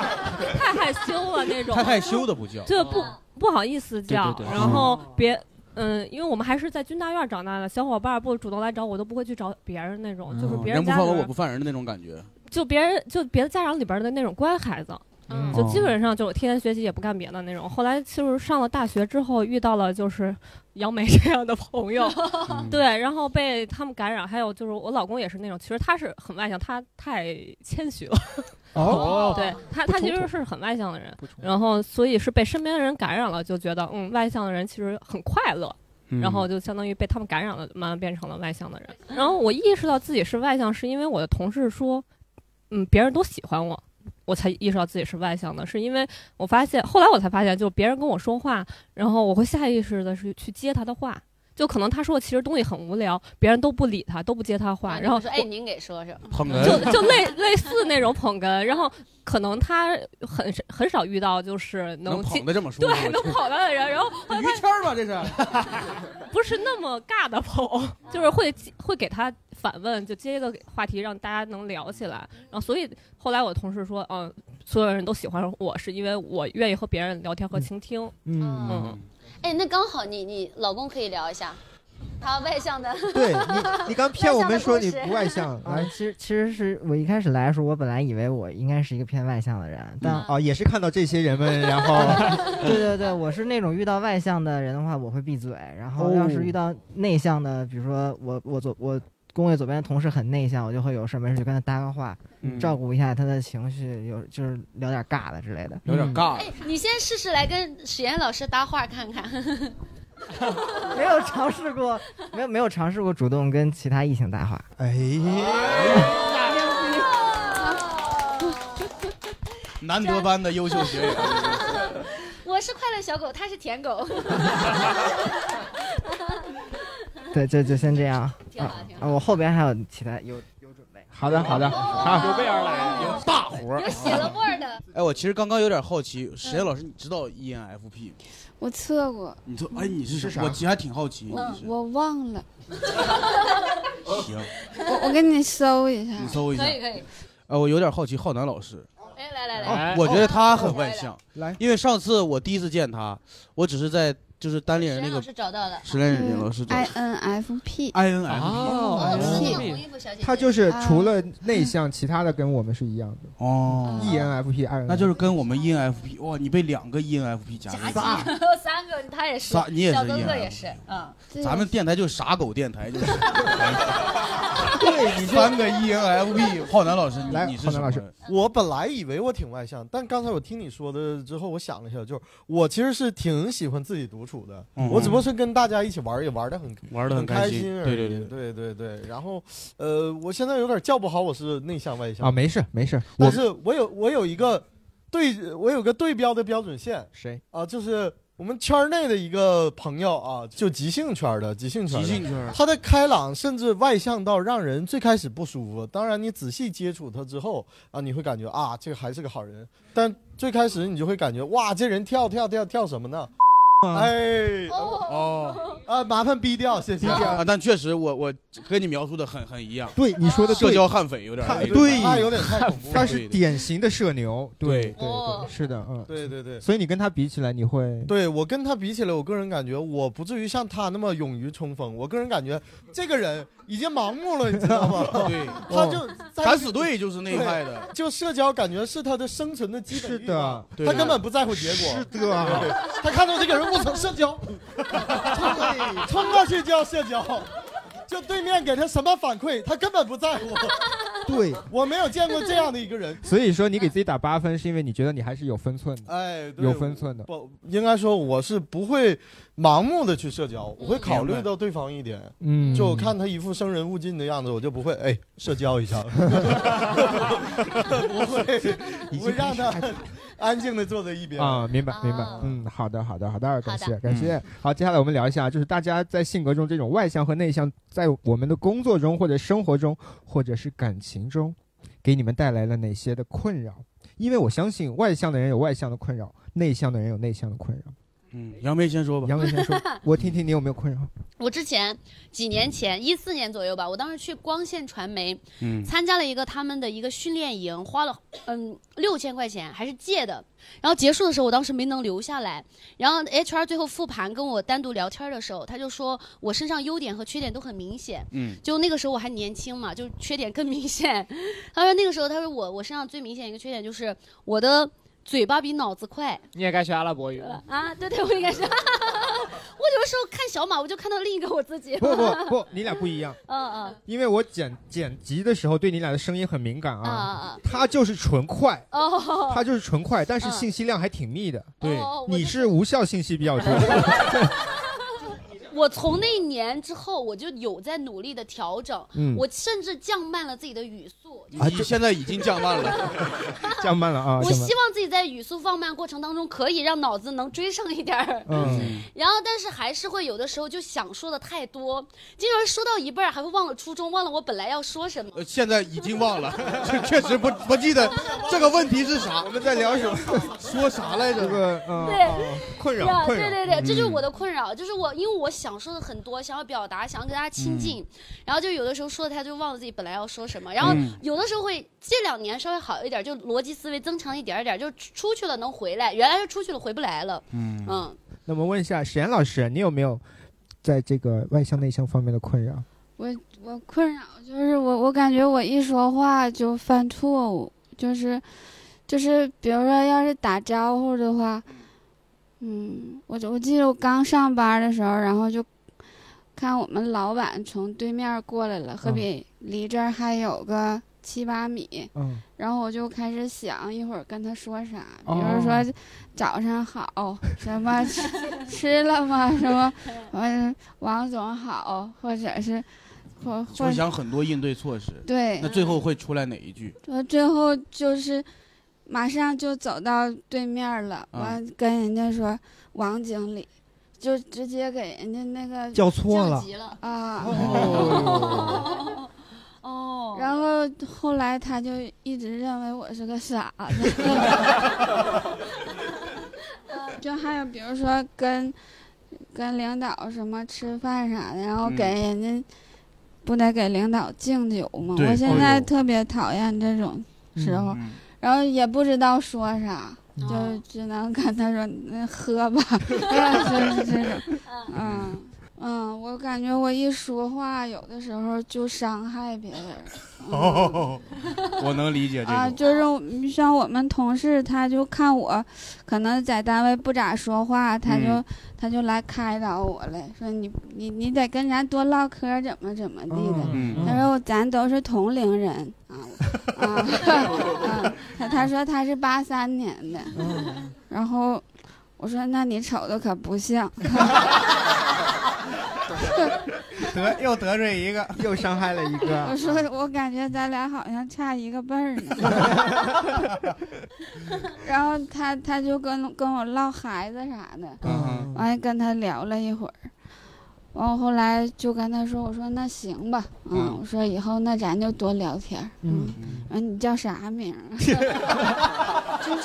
太害羞了那种， 太害羞的不叫， 就不不好意思叫， 对对对， 然后别嗯，因为我们还是在军大院长大的，小伙伴不主动来找我，都不会去找别人那种，嗯、就是别人家人不犯我，我不犯人的那种感觉。 就别人就别的家长里边的那种乖孩子，嗯、就基本上就天天学习也不干别的那种。后来就是上了大学之后，遇到了就是杨梅这样的朋友，嗯、对，然后被他们感染。还有就是我老公也是那种，其实他是很外向，他太谦虚了。哦，对他，他其实是很外向的人，然后所以是被身边的人感染了，就觉得嗯，外向的人其实很快乐，嗯、然后就相当于被他们感染了，慢慢变成了外向的人。然后我意识到自己是外向，是因为我的同事说，嗯，别人都喜欢我，我才意识到自己是外向的。是因为我发现，后来我才发现，就别人跟我说话，然后我会下意识的是去接他的话。就可能他说的其实东西很无聊，别人都不理他，都不接他话，然后说哎您给说说， 就就类类似那种捧哏，然后可能他很很少遇到就是能能捧的这么说， 对，能捧的人，然后于谦吧这是， 不是那么尬的捧，就是会会给他反问，就接一个话题让大家能聊起来，然后所以后来我同事说，嗯，所有人都喜欢我是因为我愿意和别人聊天和倾听，嗯嗯。嗯哎，那刚好你你老公可以聊一下，他外向的。 对你，你刚骗我们说你不外向啊。其实其实是我一开始来的时候，我本来以为我应该是一个偏外向的人，但哦也是看到这些人们，然后对对对，我是那种遇到外向的人的话，我会闭嘴，然后要是遇到内向的，比如说我我左我。工位左边的同事很内向，我就会有事没事就跟他搭个话，嗯、照顾一下他的情绪，有就是聊点尬的之类的， 有点尬。 哎，你先试试来跟史岩老师搭话看看。 没有尝试过，没有没有尝试过主动跟其他异性搭话。哎， 难得班的优秀学员。 我是快乐小狗，他是舔狗。 对，就就先这样。 挺好，挺好。 我后边还有其他有有准备。 好的，好的，好， 有备而来， 有大活， 有写了 Word。 哎，我其实刚刚有点好奇，史岩老师，你知道 E N F P 吗？ 我测过。 你测？哎，你是啥？我其实还挺好奇。 我我忘了。 行。 我我给你搜一下。 你搜一下。 可以可以。 呃，我有点好奇，浩南老师。 哎，来来来。 我觉得他很外向。 来， 因为上次我第一次见他，我只是在。就是单立人那个， 是找到的， 是单立人老师找的。 I N F P，I N F P， 哦，他就是除了内向，其他的跟我们是一样的。哦 ，E N F P， I N， 那就是跟我们 E N F P， 哇，你被两个 E N F P 夹击， 三个，他也是， 你也是， 小哥哥也是，嗯， 咱们电台就是傻狗电台，就是。对，三个 E N F P， 浩南老师， 来， 你是浩南老师， 我本来以为我挺外向，但刚才我听你说的之后，我想了一下，就是我其实是挺喜欢自己独处的，嗯、我只不过是跟大家一起玩，也玩的很玩的很开心而已。 对对对对对对。然后，呃，我现在有点叫不好，我是内向外向啊，没事没事。 但是我有我有一个对，我有个对标的标准线， 谁啊？就是我们圈内的一个朋友啊，就即兴圈的，即兴圈的， 即兴圈， 他的开朗甚至外向到让人最开始不舒服。当然，你仔细接触他之后啊，你会感觉啊，这个还是个好人。但最开始你就会感觉哇，这人跳跳跳跳什么呢？哎哦啊，麻烦逼掉，谢谢啊。但确实，我我跟你描述的很很一样。 对你说的社交悍匪有点对， 他有点太恐怖了。 他是典型的社牛，对对对， 是的，嗯， 对对对。 所以你跟他比起来，你会对我跟他比起来，我个人感觉我不至于像他那么勇于冲锋。我个人感觉这个人已经盲目了，你知道吗？ 对， 他就敢死队就是那一派的， 就社交感觉是他的生存的基本欲望， 是的， 他根本不在乎结果。 是的， 他看到这个人，我操，社交。冲冲过去就要社交，就对面给他什么反馈，他根本不在乎。 对， 我没有见过这样的一个人。 所以说，你给自己打八分，是因为你觉得你还是有分寸的。 哎， 有分寸的。 不，应该说我是不会盲目的去社交，我会考虑到对方一点。嗯，就我看他一副生人勿近的样子，我就不会哎社交一下，不会，不会让他安静的坐在一边啊、嗯，明白明白，嗯，好的好的好的，感谢感谢。好，接下来我们聊一下，就是大家在性格中这种外向和内向，在我们的工作中或者生活中，或者是感情中，给你们带来了哪些的困扰？因为我相信外向的人有外向的困扰，内向的人有内向的困扰。 嗯，杨梅先说吧。 杨梅先说，我听听你有没有困扰。 我之前几年前，一四年左右吧，我当时去光线传媒， 嗯参加了一个他们的一个训练营，花了嗯六千块钱，还是借的。然后结束的时候，我当时没能留下来。然后 H R 最后复盘跟我单独聊天的时候，他就说我身上优点和缺点都很明显。 嗯， 就那个时候我还年轻嘛，就缺点更明显。他说那个时候他说我我身上最明显一个缺点就是我的嘴巴比脑子快。 你也该学阿拉伯语了啊？对对，我应该是。我有的时候看小马，我就看到另一个我自己。 不不不，你俩不一样。 嗯嗯。 因为我剪剪辑的时候对你俩的声音很敏感啊。 啊啊他就是纯快。 哦。 他就是纯快，但是信息量还挺密的。 对。 你是无效信息比较多。 我从那一年之后，我就有在努力的调整， 嗯、 我甚至降慢了自己的语速。 啊，你现在已经降慢了， 降慢了啊！ 我希望自己在语速放慢过程当中，可以让脑子能追上一点儿。 嗯。 然后，但是还是会有的时候就想说的太多，经常说到一半还会忘了初衷，忘了我本来要说什么。 呃，现在已经忘了，确实不不记得这个问题是啥。 我们在聊什么？ 说啥来着？ 这个嗯， 对， 困扰，困扰。对对对， 嗯、 这就是我的困扰，就是我因为我想说的很多，想要表达，想要跟大家亲近，嗯、然后就有的时候说的他就忘了自己本来要说什么，然后有的时候会这两年稍微好一点，就逻辑思维增强一点点，就出去了能回来，原来是出去了回不来了。嗯嗯。 那么问一下史岩老师，你有没有在这个外向内向方面的困扰？ 我我困扰就是我我感觉我一说话就犯错误，就是就是比如说要是打招呼的话，嗯，我我记得我刚上班的时候，然后就看我们老板从对面过来了，可比离这儿还有个七八米， 嗯， 然后我就开始想一会儿跟他说啥，比如说、哦、早上好，什么吃吃了吗？什么，嗯，王总好，或者是或我想很多应对措施。 对， 那最后会出来哪一句？ 我最后就是马上就走到对面了，完、啊、跟人家说王经理。就直接给人家那个叫错了啊！ 哦，哦然后后来他就一直认为我是个傻子。就还有比如说跟跟领导什么吃饭啥的，然后给人家、嗯、不得给领导敬酒吗？我现在特别讨厌这种时候，嗯、然后也不知道说啥。就只能跟他说那喝吧，就是这种，嗯嗯，我感觉我一说话有的时候就伤害别人。 嗯、哦，我能理解这个。 啊，就是像我们同事，他就看我可能在单位不咋说话，他就、嗯、他就来开导我了，说你你你得跟咱多唠嗑，怎么怎么地的。嗯、他说咱都是同龄人啊啊啊！他他说他是八三年的，嗯、然后我说那你瞅的可不像。 得又得罪一个，又伤害了一个。 我说我感觉咱俩好像差一个辈儿呢。然后他他就跟跟我唠孩子啥的，嗯，完跟他聊了一会儿，完后来就跟他说，我说那行吧，嗯，嗯我说以后那咱就多聊天，嗯，完、嗯、你叫啥名啊？就是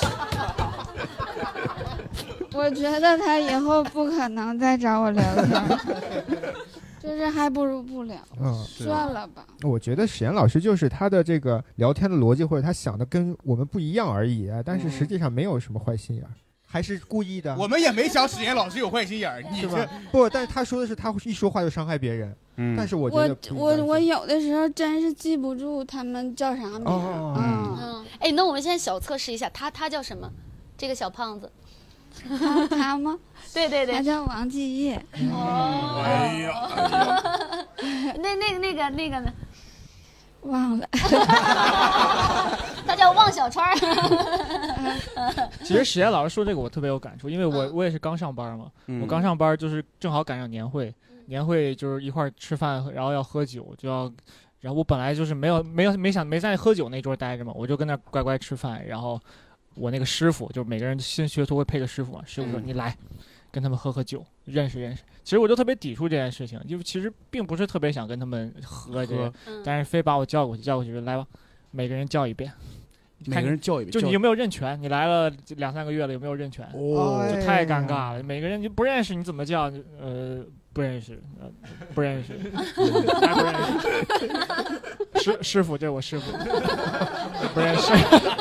我觉得他以后不可能再找我聊天。就是还不如不聊，嗯，算了吧。 我觉得史岩老师就是他的这个聊天的逻辑或者他想的跟我们不一样而已，但是实际上没有什么坏心眼，嗯、还是故意的。 我们也没想史岩老师有坏心眼，你是吧？不，但是他说的是他一说话就伤害别人，嗯，但是我觉得我我我有的时候真是记不住他们叫啥名， 哦、嗯嗯，哎，那我们现在小测试一下，他他叫什么？这个小胖子。 他, 他吗？ 对对对， 他叫王继业。 哦，哎呀，那那个那个那个呢？ 忘了。 他叫汪小川。 其实史岩老师说这个我特别有感触，因为我、嗯、我也是刚上班嘛，嗯、我刚上班就是正好赶上年会，嗯、年会就是一块儿吃饭，然后要喝酒，就要，然后我本来就是没有没有没想没在喝酒那桌待着嘛，我就跟那乖乖吃饭，然后。我那个师傅就是每个人新学徒会配个师傅嘛，师傅说你来跟他们喝喝酒，认识认识。其实我就特别抵触这件事情，就其实并不是特别想跟他们喝这个，但是非把我叫过去叫过去说来吧，每个人叫一遍， 每个人叫一遍， 就你有没有认全？你来了两三个月了，有没有认全？ 哦， 就太尴尬了。每个人你不认识，你怎么叫？呃，不认识，呃、不认识，还不认识。师师傅，这是我师傅，不认识。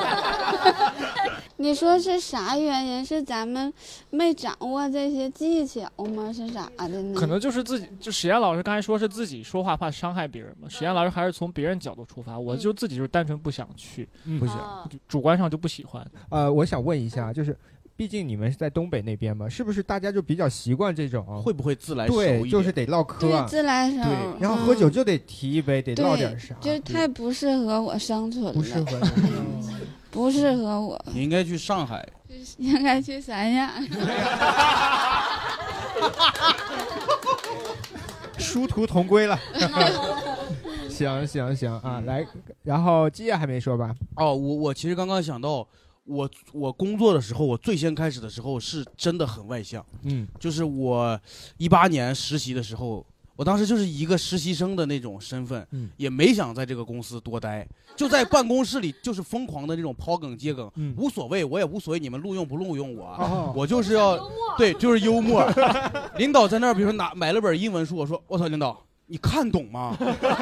你说是啥原因？是咱们没掌握这些技巧吗？是咋的呢？ 可能就是自己，就史岩老师刚才说是自己说话怕伤害别人嘛。史岩老师还是从别人角度出发，我就自己就是单纯不想去， 嗯、 不想，主观上就不喜欢。 呃，我想问一下，就是。毕竟你们是在东北那边嘛，是不是大家就比较习惯这种？ 会不会自来熟？ 对，就是得唠嗑， 对，自来熟。 对，然后喝酒就得提一杯，嗯、得唠点啥。 就太不适合我生存了。 不适合你， 不适合我。 你应该去上海。 应该去三亚。 殊途同归了。行行行啊，来，然后基业还没说吧？ 哦，我我其实刚刚想到。我我工作的时候，我最先开始的时候是真的很外向， 嗯， 就是我一八年实习的时候，我当时就是一个实习生的那种身份， 嗯， 也没想在这个公司多待，就在办公室里就是疯狂的那种抛梗接梗， 嗯， 无所谓，我也无所谓你们录用不录用我， 哦、 我就是要对，就是幽默。领导在那儿，比如说拿买了本英文书，我说我操，领导你看懂吗？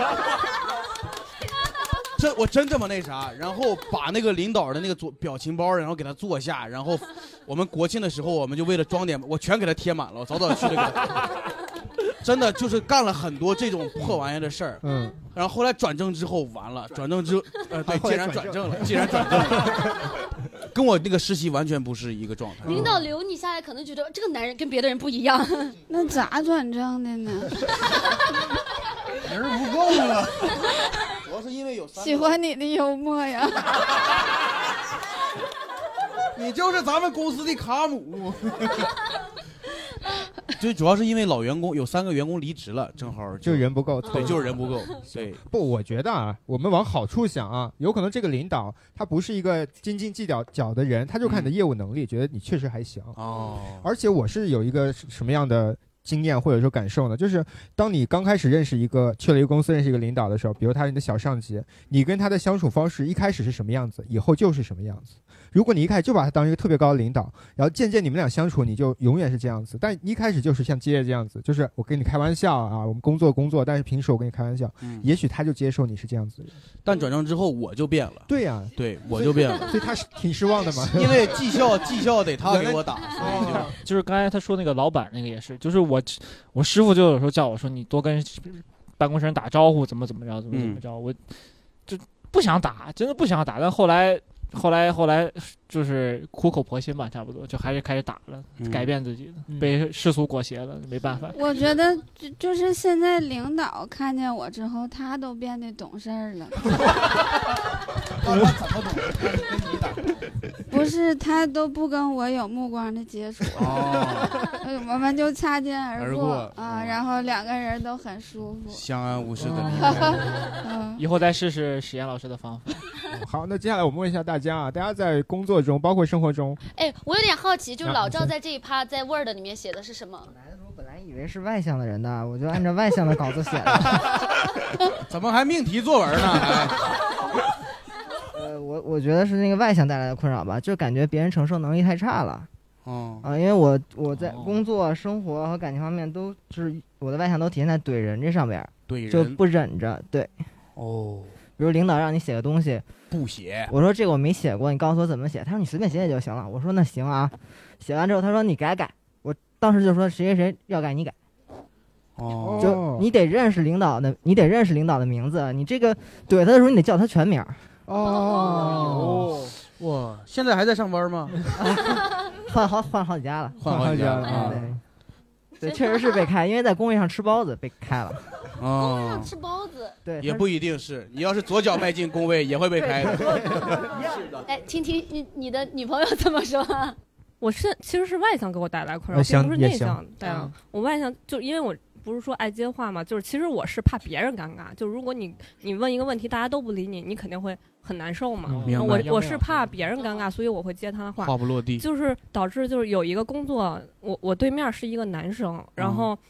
真我真这么那啥，然后把那个领导的那个做表情包，然后给他做下，然后我们国庆的时候，我们就为了装点，我全给他贴满了，我早早去这个，真的就是干了很多这种破玩意的事儿。 嗯， 然后后来转正之后完了，转正之后，呃，对，既然转正了，既然转正了，跟我那个实习完全不是一个状态。 领导留你下来，可能觉得这个男人跟别的人不一样。 那咋转正的呢？ 人不够了。主要是因为有三喜欢你的幽默呀。 你就是咱们公司的卡姆。就主要是因为老员工有三个员工离职了，正好就人不够， 对，就是人不够。对， 不，我觉得啊，我们往好处想啊，有可能这个领导他不是一个斤斤计较较的人，他就看你的业务能力，嗯、觉得你确实还行。 哦， 而且我是有一个什么样的经验或者说感受呢？就是当你刚开始认识一个去了一个公司认识一个领导的时候，比如他是你的小上级，你跟他的相处方式一开始是什么样子，以后就是什么样子。如果你一开始就把他当一个特别高的领导，然后渐渐你们俩相处，你就永远是这样子。但一开始就是像基业这样子，就是我跟你开玩笑啊，我们工作工作，但是平时我跟你开玩笑，嗯、也许他就接受你是这样子的人。 但转正之后我就变了。 对呀、啊， 对我就变了， 所以他是挺失望的嘛。 因为绩效绩效得他给我打，所以就就是刚才他说那个老板那个也是，就是我我师傅就有时候叫我说你多跟办公室人打招呼，怎么怎么着，怎么怎么着，嗯、我就不想打，真的不想打，但后来。后来后来就是苦口婆心吧，差不多就还是开始打了，嗯、改变自己了，嗯、被世俗裹挟了，没办法。 我觉得就就是现在领导看见我之后，他都变得懂事儿了。 他怎么懂？他是跟你打？ 不是，他都不跟我有目光的接触，哦、我们就擦肩而过啊，嗯、然后两个人都很舒服， 相安无事的。 嗯、以后再试试史岩老师的方法。 好，那接下来我们问一下大家啊，大家在工作中，包括生活中， 哎，我有点好奇，就是老赵在这一趴在 Word 里面写的是什么？ 我本来以为是外向的人的，我就按照外向的稿子写的。 怎么还命题作文呢？ 呃，我我觉得是那个外向带来的困扰吧，就感觉别人承受能力太差了。 哦啊，因为我我在工作、生活和感情方面都就是我的外向都体现在怼人这上边， 怼人就不忍着，对。 哦。 比如领导让你写个东西， 不写， 我说这个我没写过，你告诉我怎么写。他说你随便写写就行了。我说那行啊。写完之后他说你改改，我当时就说谁谁谁要改你改。 哦， 就你得认识领导的，你得认识领导的名字。你这个怼他的时候，你得叫他全名。 哦，哇，现在还在上班吗？ 换好换好几家了， 换好几家了啊。 对，确实是被开，因为在工位上吃包子被开了。 工位上吃包子， 对， 也不一定是。你要是左脚迈进工位，也会被开的。 是的。哎，听听你你的女朋友怎么说？ 我是其实是外向给我带来困扰，并不是内向带来。我外向就因为我不是说爱接话嘛，就是其实我是怕别人尴尬。就如果你你问一个问题，大家都不理你，你肯定会很难受嘛。 嗯、 我我是怕别人尴尬，所以我会接他的话， 话不落地， 就是导致就是有一个工作，我我对面是一个男生，然后。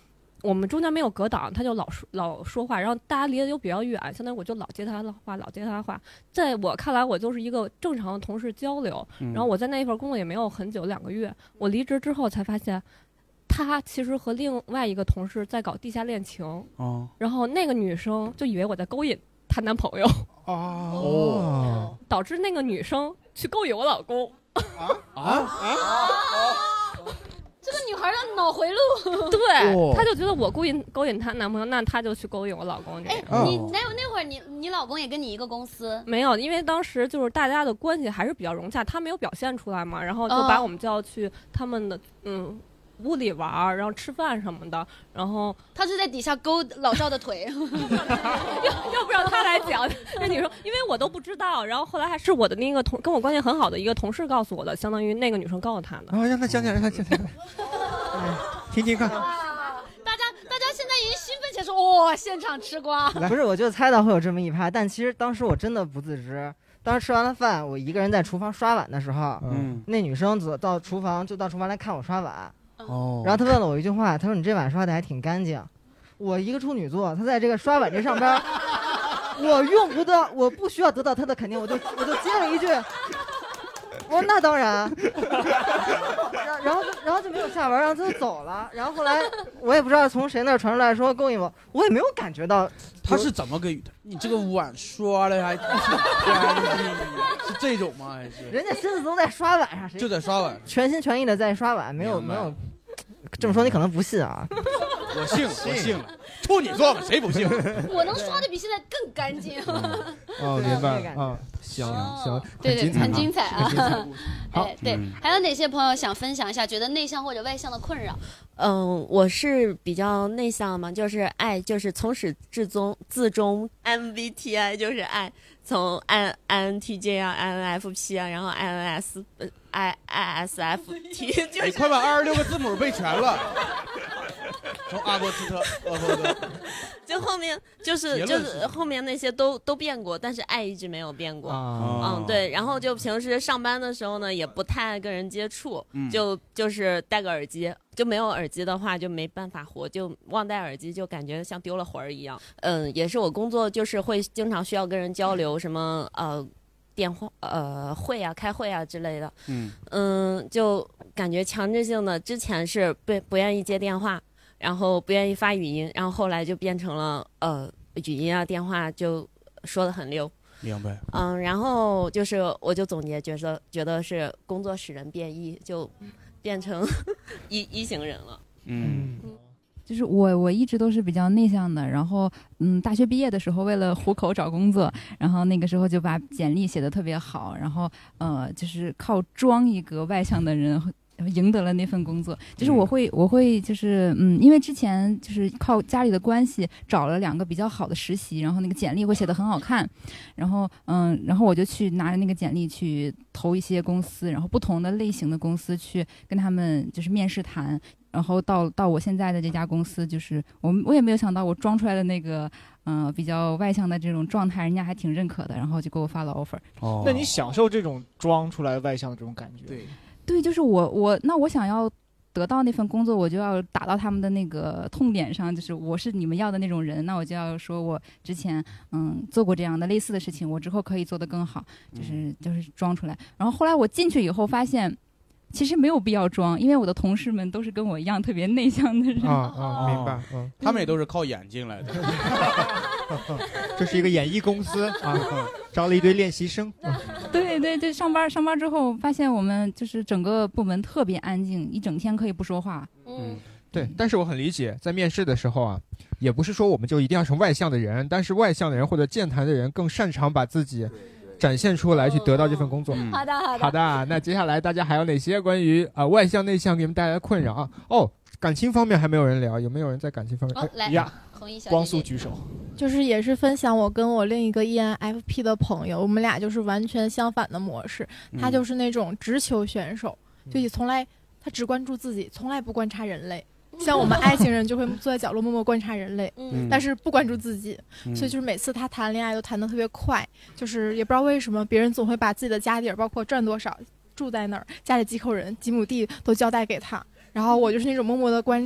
我们中间没有隔挡，他就老说老说话，然后大家离得又比较远，相当于我就老接他的话，老接他的话。在我看来，我就是一个正常的同事交流。 嗯、 然后我在那一份工作也没有很久，两个月。我离职之后才发现，他其实和另外一个同事在搞地下恋情。 哦。 然后那个女生就以为我在勾引她男朋友。 哦。 导致那个女生去勾引我老公。 啊啊啊！ 这个女孩的脑回路， 对，她就觉得我勾引勾引她男朋友，那她就去勾引我老公。 哎，你那那会儿你你老公也跟你一个公司？ 没有，因为当时就是大家的关系还是比较融洽，他没有表现出来嘛，然后就把我们叫去他们的嗯屋里玩，然后吃饭什么的，然后他是在底下勾老赵的腿， 要要不让他来讲那女生，因为我都不知道，然后后来还是我的那个同跟我关系很好的一个同事告诉我的，相当于那个女生告诉他的。 啊，让他讲讲，让他讲讲，听听看。 大家大家现在已经兴奋起来说，哇，现场吃瓜。 不是，我就猜到会有这么一趴，但其实当时我真的不自知。当时吃完了饭，我一个人在厨房刷碗的时候，嗯，那女生走到厨房就到厨房来看我刷碗。哦，然后他问了我一句话，他说：“你这碗刷的还挺干净。”我一个处女座，他在这个刷碗这上边，我用不到，我不需要得到他的肯定，我就我就接了一句，我说那当然。然后然后就没有下文，然后他就走了。然后后来我也不知道从谁那儿传出来说勾引我，我也没有感觉到。 他是怎么给予的？你这个碗刷的还挺干净，是这种吗？还是人家心思都在刷碗上， 就在刷碗， 全心全意的在刷碗，没有没有。这么说你可能不信啊。 我信了，我信了。处女座嘛，谁不信？ 我能刷的比现在更干净。 哦，明白啊，行行， 对对，很精彩啊。 哎， 对，还有哪些朋友想分享一下觉得内向或者外向的困扰？ 嗯，我是比较内向嘛，就是爱，就是从始至终至终 M B T I 就是爱，从 I I N T J 啊 I N F P 啊，然后 I N S I I S F T， 就是、 你快把二十六个字母背全了。从阿波斯特，阿波斯就后面就是就是后面那些都都变过，但是爱一直没有变过。 啊、 嗯，对。然后就平时上班的时候呢，也不太爱跟人接触，嗯、就就是戴个耳机，就没有耳机的话就没办法活，就忘带耳机就感觉像丢了魂儿一样。嗯，也是我工作就是会经常需要跟人交流，什么呃电话呃会啊、开会啊之类的。嗯嗯，就感觉强制性的，之前是不不愿意接电话。然后不愿意发语音，然后后来就变成了呃语音啊电话就说得很溜。 明白。 嗯，然后就是我就总结觉得觉得是工作使人变异，就变成一一型人了。 嗯。 就是我我一直都是比较内向的，然后嗯，大学毕业的时候为了糊口找工作，然后那个时候就把简历写得特别好，然后呃就是靠装一个外向的人赢得了那份工作。就是我会我会就是嗯，因为之前就是靠家里的关系找了两个比较好的实习，然后那个简历会写得很好看，然后嗯，然后我就去拿着那个简历去投一些公司，然后不同的类型的公司去跟他们就是面试谈。然后到到我现在的这家公司，就是我我也没有想到我装出来的那个嗯、呃、比较外向的这种状态，人家还挺认可的，然后就给我发了 offer。 哦，那你享受这种装出来外向的这种感觉？ 对， 对，就是我我那我想要得到那份工作，我就要打到他们的那个痛点上，就是我是你们要的那种人，那我就要说我之前嗯做过这样的类似的事情，我之后可以做得更好，就是就是装出来。然后后来我进去以后发现。其实没有必要装，因为我的同事们都是跟我一样特别内向的人。 啊啊，明白。嗯， 他们也都是靠演进来的。 这是一个演艺公司啊，招了一堆练习生。 对对对，上班上班之后发现我们就是整个部门特别安静，一整天可以不说话。 嗯，对。但是我很理解，在面试的时候啊，也不是说我们就一定要成外向的人，但是外向的人或者健谈的人更擅长把自己。展现出来去得到这份工作。 嗯、好的，好的， 好的。那接下来大家还有哪些关于啊、呃、外向内向给你们带来的困扰啊？哦，感情方面还没有人聊，有没有人在感情方面？ 哦，来呀， 红衣小姐姐光速举手。 就是也是分享我跟我另一个 E N F P 的朋友，我们俩就是完全相反的模式。他就是那种直球选手，嗯、就也从来他只关注自己，从来不观察人类。像我们爱情人就会坐在角落默默观察人类，嗯、但是不关注自己，嗯、所以就是每次他谈恋爱都谈得特别快，就是也不知道为什么别人总会把自己的家底儿，包括赚多少、住在哪儿、家里几口人、几亩地都交代给他，然后我就是那种默默的观察，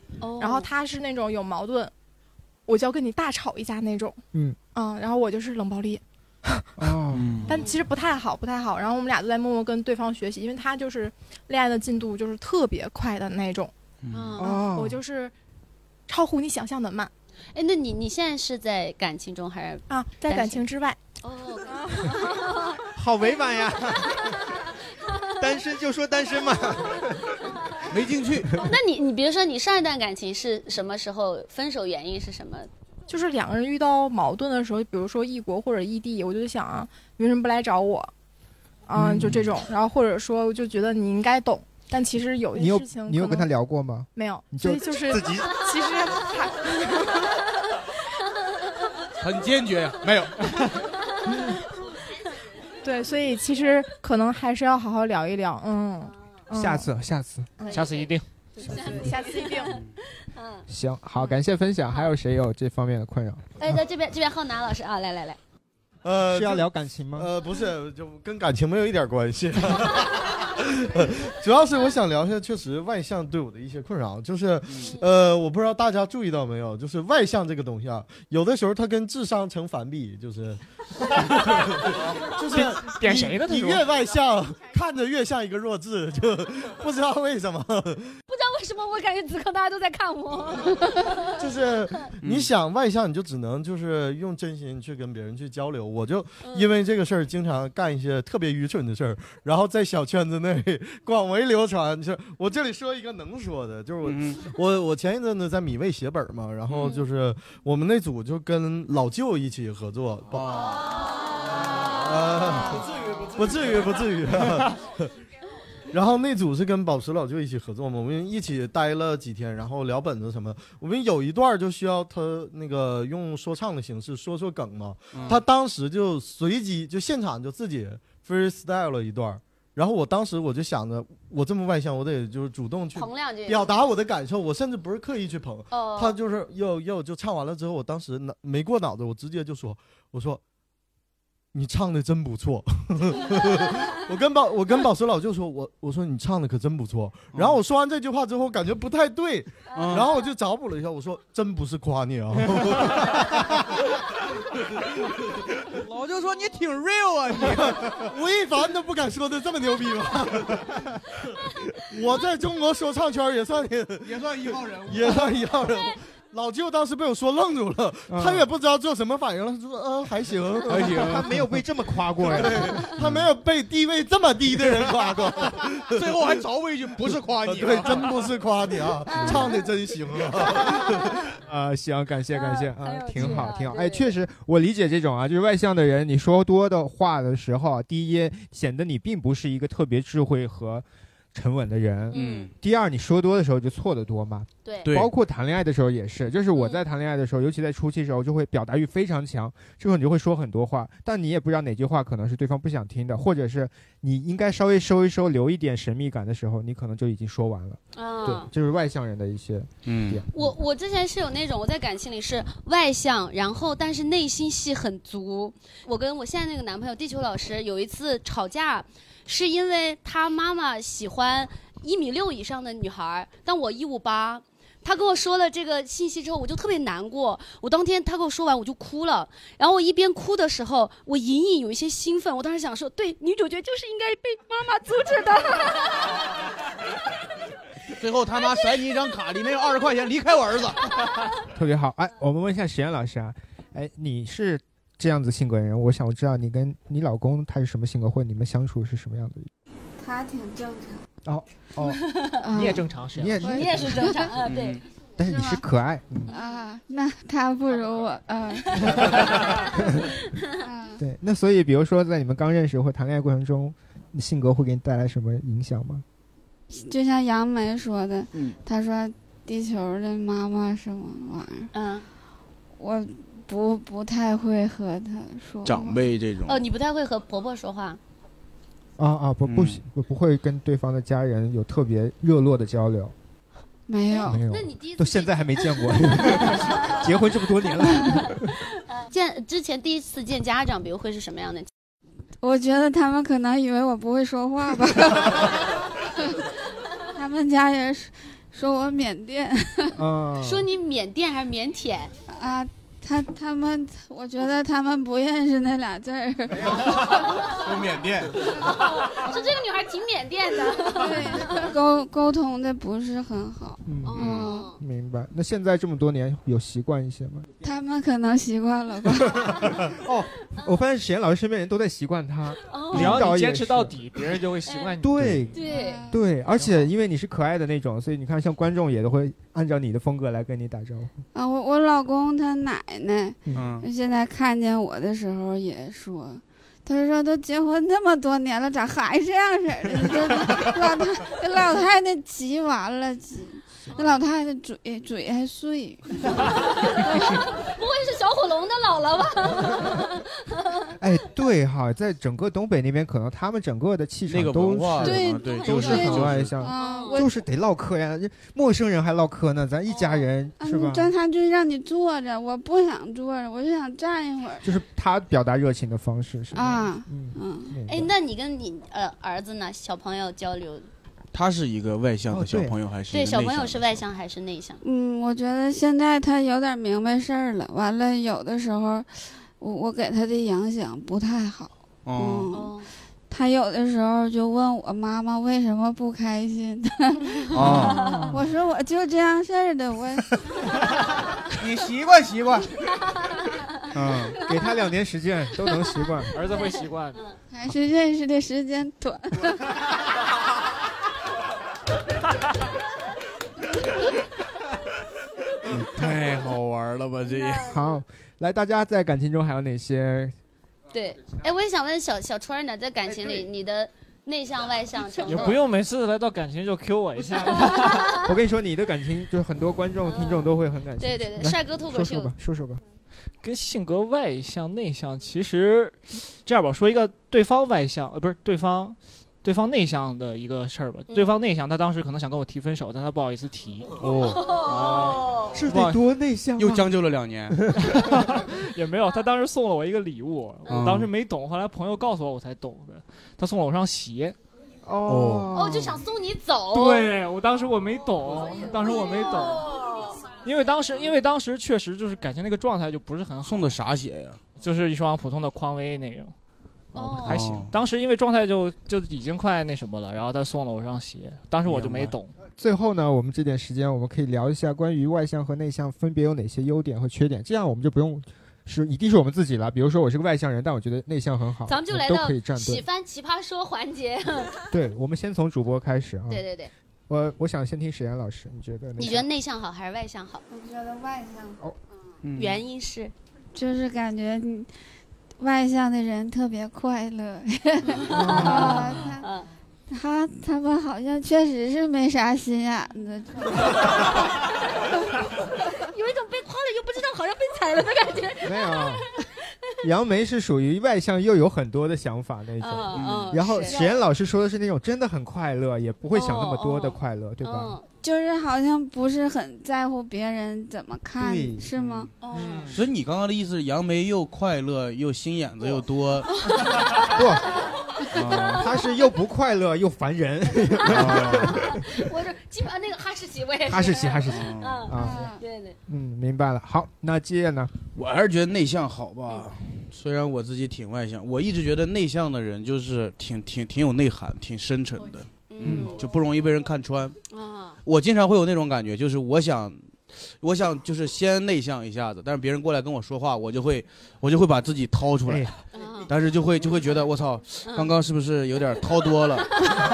哦，然后他是那种有矛盾，我就要跟你大吵一架那种。 嗯嗯，然后我就是冷暴力。 哦， 但其实不太好，不太好。然后我们俩都在默默跟对方学习，因为他就是恋爱的进度就是特别快的那种。 哦， 我就是超乎你想象的慢。 哎，那你你现在是在感情中还是啊？在感情之外。 哦， 好委婉呀。单身就说单身嘛， 没进去。 那你你比如说你上一段感情是什么时候分手？原因是什么？ 就是两个人遇到矛盾的时候，比如说异国或者异地，我就想啊，为什么不来找我？嗯，嗯就这种。然后或者说，我就觉得你应该懂，但其实有些事情你有跟他聊过吗？ 没有， 你所以就是自己其实他很坚决呀，没有。 对，所以其实可能还是要好好聊一聊。嗯， 嗯下次，下次， 下次一定。 下次一定。 嗯， 行，好，感谢分享。还有谁有这方面的困扰？ 哎，在这边这边浩南老师啊，来来来， 呃， 是要聊感情吗？ 呃，不是，就跟感情没有一点关系。主要是我想聊一下，确实外向对我的一些困扰，就是，呃，我不知道大家注意到没有，就是外向这个东西啊，有的时候它跟智商成反比，就是，就是点谁呢？ 你越外向，看着越像一个弱智，就不知道为什么。 不知道为什么，我感觉此刻大家都在看我。 就是你想外向，你就只能就是用真心去跟别人去交流。我就因为这个事儿，经常干一些特别愚蠢的事儿，然后在小圈子内广为流传。是我这里说一个能说的，就是我、嗯、我我前一阵子在米未写本嘛，然后就是我们那组就跟老舅一起合作。哦，呃，不至于，不至于，不至于。然后那组是跟宝石老舅一起合作嘛，我们一起待了几天，然后聊本子什么。我们有一段就需要他那个用说唱的形式说说梗嘛，嗯、他当时就随机就现场就自己 freestyle 了一段。然后我当时我就想着，我这么外向，我得就是主动去表达我的感受，我甚至不是刻意去捧。哦、他就是又又就唱完了之后，我当时没过脑子，我直接就说，我说。你唱的真不错，我跟宝我跟宝石老舅说，我我说你唱的可真不错。然后我说完这句话之后，感觉不太对，嗯、然后我就找补了一下，我说真不是夸你啊。 老舅说你挺 real 啊， 你吴亦凡都不敢说的这么牛逼吗？我在中国说唱圈也算也算一号人物， 也算一号人物。老舅当时被我说愣住了，嗯、他也不知道做什么反应了。他说：“嗯、呃，还行， 还行。”他没有被这么夸过呀， 他没有被地位这么低的人夸过。 最后还找我一句：“不是夸你、啊， 对，真不是夸你啊，唱的真行啊。” 啊，行，感谢感谢啊，挺好挺好。哎，确实，我理解这种啊，就是外向的人，你说多的话的时候，第一显得你并不是一个特别智慧和沉稳的人，嗯，第二你说多的时候就错得多嘛， 对， 包括谈恋爱的时候也是，就是我在谈恋爱的时候，嗯、尤其在初期的时候，就会表达欲非常强，这时候你就会说很多话，但你也不知道哪句话可能是对方不想听的，或者是你应该稍微收一收，留一点神秘感的时候，你可能就已经说完了，啊，对，这是外向人的一些嗯点。 我我之前是有那种我在感情里是外向，然后但是内心戏很足。我跟我现在那个男朋友地球老师有一次吵架。是因为他妈妈喜欢一米六以上的女孩，但我一五八。他跟我说了这个信息之后，我就特别难过。我当天他跟我说完，我就哭了。然后我一边哭的时候，我隐隐有一些兴奋。我当时想说，对，女主角就是应该被妈妈阻止的。最后他妈甩你一张卡，里面有二十块钱，离开我儿子。 特别好。哎，我们问一下实验老师啊，哎，你是这样子性格的人，我想知道你跟你老公他是什么性格，或者你们相处是什么样的？ 他挺正常。 哦哦， 你也正常是？ 你也你也是正常啊，对。 但是你是可爱。嗯、 啊，那他不如我啊。 对，那所以比如说在你们刚认识或谈恋爱过程中，性格会给你带来什么影响吗？ 就像杨梅说的，嗯，他说地球的妈妈什么玩意儿， 嗯， 我。不不太会和他说长辈这种哦，你不太会和婆婆说话啊啊不不不不会跟对方的家人有特别热络的交流， 没有没有， 那你第一次到现在还没见过，结婚这么多年了。 见之前第一次见家长，比如会是什么样的？ 我觉得他们可能以为我不会说话吧，他们家也是。 说我缅甸， 啊， 说你缅甸还是腼腆啊？他他们，我觉得他们不认识那俩字儿。 说缅甸， 说这个女孩挺缅甸的， 对，沟沟通的不是很好。 嗯， 嗯明白。那现在这么多年有习惯一些吗？ 他们可能习惯了吧。 哦，我发现史岩老师身边人都在习惯他， 只要你坚持到底，别人就会习惯你。 对对对，而且因为你是可爱的那种，所以你看，像观众也都会按照你的风格来跟你打招呼。 啊，我我老公他奶奶， 嗯， 现在看见我的时候也说。他说都结婚那么多年了，咋还这样式儿的？这老太这老太太急完了，急，那老太太嘴嘴还碎。 不会是小火龙的姥姥吧？ 哎，对哈，在整个东北那边，可能他们整个的气场那个都文化是对对都是很外向，就是得唠嗑呀，陌生人还唠嗑呢，咱一家人是吧？ 但他就让你坐着，我不想坐着，我就想站一会儿。 就是他表达热情的方式是吧？ 啊， 嗯嗯。 哎，那你跟你呃儿子呢？小朋友交流， 他是一个外向的小朋友还是？ 对，小朋友是外向还是内向？ 嗯，我觉得现在他有点明白事儿了。完了，有的时候，我我给他的影响不太好。 哦。 嗯，他有的时候就问我妈妈为什么不开心。 哦。 我说我就这样式儿的，我。 你习惯习惯。 嗯，给他两年时间都能习惯， 儿子会习惯的。 还是认识的时间短。 太好玩了吧这也。 好，来，大家在感情中还有哪些？ 对，哎，我也想问小小春呢，在感情里你的内向外向程度？ 也不用每次来到感情就 Q 我一下。 我跟你说，你的感情就是很多观众、听众都会很感兴趣。 对对对，帅哥脱口秀。 说说吧，说说吧。 跟性格外向内向，其实这样吧，说一个对方外向，呃，不是对方，对方内向的一个事儿吧。嗯、对方内向，他当时可能想跟我提分手，但他不好意思提。 哦， 哦是得多内向？ 又将就了两年。 也没有，他当时送了我一个礼物，我当时没懂，后来朋友告诉我我才懂的。他送了我双鞋。 哦哦，就想送你走。 对，我当时我没懂，当时我没懂。因为当时，因为当时确实就是感情那个状态就不是很好。 送的啥鞋呀？ 就是一双普通的匡威那种， 哦， 还行。当时因为状态就就已经快那什么了，然后他送了我双鞋，当时我就没懂。 最后呢，我们这点时间我们可以聊一下关于外向和内向分别有哪些优点和缺点，这样我们就不用是一定是我们自己了。比如说我是个外向人，但我觉得内向很好， 咱们就来到喜番奇葩说环节。 对，我们先从主播开始啊。 对对对。 我我想先听史岩老师，你觉得？ 你觉得内向好还是外向好？ 我觉得外向好。 哦， 嗯，原因是， 就是感觉你外向的人特别快乐。 啊， 他他他们好像确实是没啥心眼子。 有一种被夸了又不知道好像被踩了的感觉。 没有。杨梅是属于外向又有很多的想法那种， 嗯嗯、 然后史岩老师说的是那种真的很快乐，也不会想那么多的快乐， 哦、 对吧、 嗯？ 就是好像不是很在乎别人怎么看，是吗？ 嗯。 所以你刚刚的意思是杨梅又快乐又心眼子又多， 不，啊、他是又不快乐又烦人。 我说基本上那个哈士奇味。 哈士奇，哈士奇。 嗯啊，对对。 嗯，明白了。好，那接着呢？ 我还是觉得内向好吧。虽然我自己挺外向，我一直觉得内向的人就是挺挺挺有内涵、挺深沉的，嗯，就不容易被人看穿。啊，我经常会有那种感觉，就是我想，我想就是先内向一下子，但是别人过来跟我说话，我就会我就会把自己掏出来，哎、但是就会就会觉得我操，刚刚是不是有点掏多了，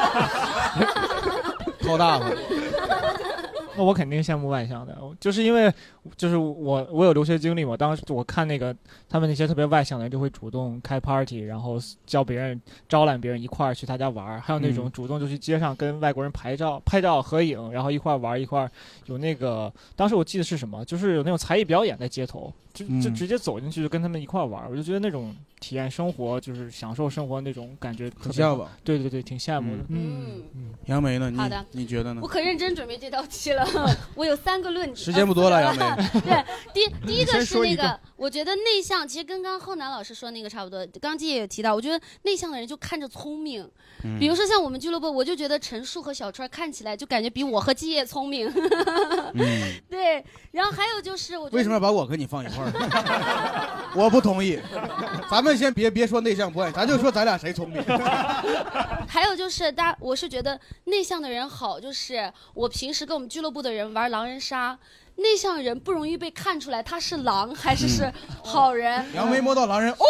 掏大了。 那我肯定羡慕外向的，就是因为就是我我有留学经历嘛，当时我看那个他们那些特别外向的人就会主动开 party， 然后叫别人招揽别人一块儿去他家玩，还有那种主动就去街上跟外国人拍照、嗯、拍照合影，然后一块儿玩一块儿有那个当时我记得是什么，就是有那种才艺表演在街头，就就直接走进去就跟他们一块儿玩，我就觉得那种体验生活就是享受生活那种感觉特别好，对对对，挺羡慕的。 嗯嗯，杨梅呢？你好的， 你觉得呢？ 我可认真准备这道题了，我有三个论点。 时间不多了，杨梅。 对，第第一个是那个我觉得内向其实跟刚刚浩南老师说那个差不多。刚刚季也有提到，我觉得内向的人就看着聪明，嗯、比如说像我们俱乐部，我就觉得陈数和小川看起来就感觉比我和季业聪明。嗯、对，然后还有就是我觉得为什么要把我跟你放一块儿？我不同意。咱们先别别说内向不爱，咱就说咱俩谁聪明。 还有就是大，我是觉得内向的人好，就是我平时跟我们俱乐部的人玩狼人杀。内向人不容易被看出来他是狼还是是好人。 杨梅摸到狼人哦。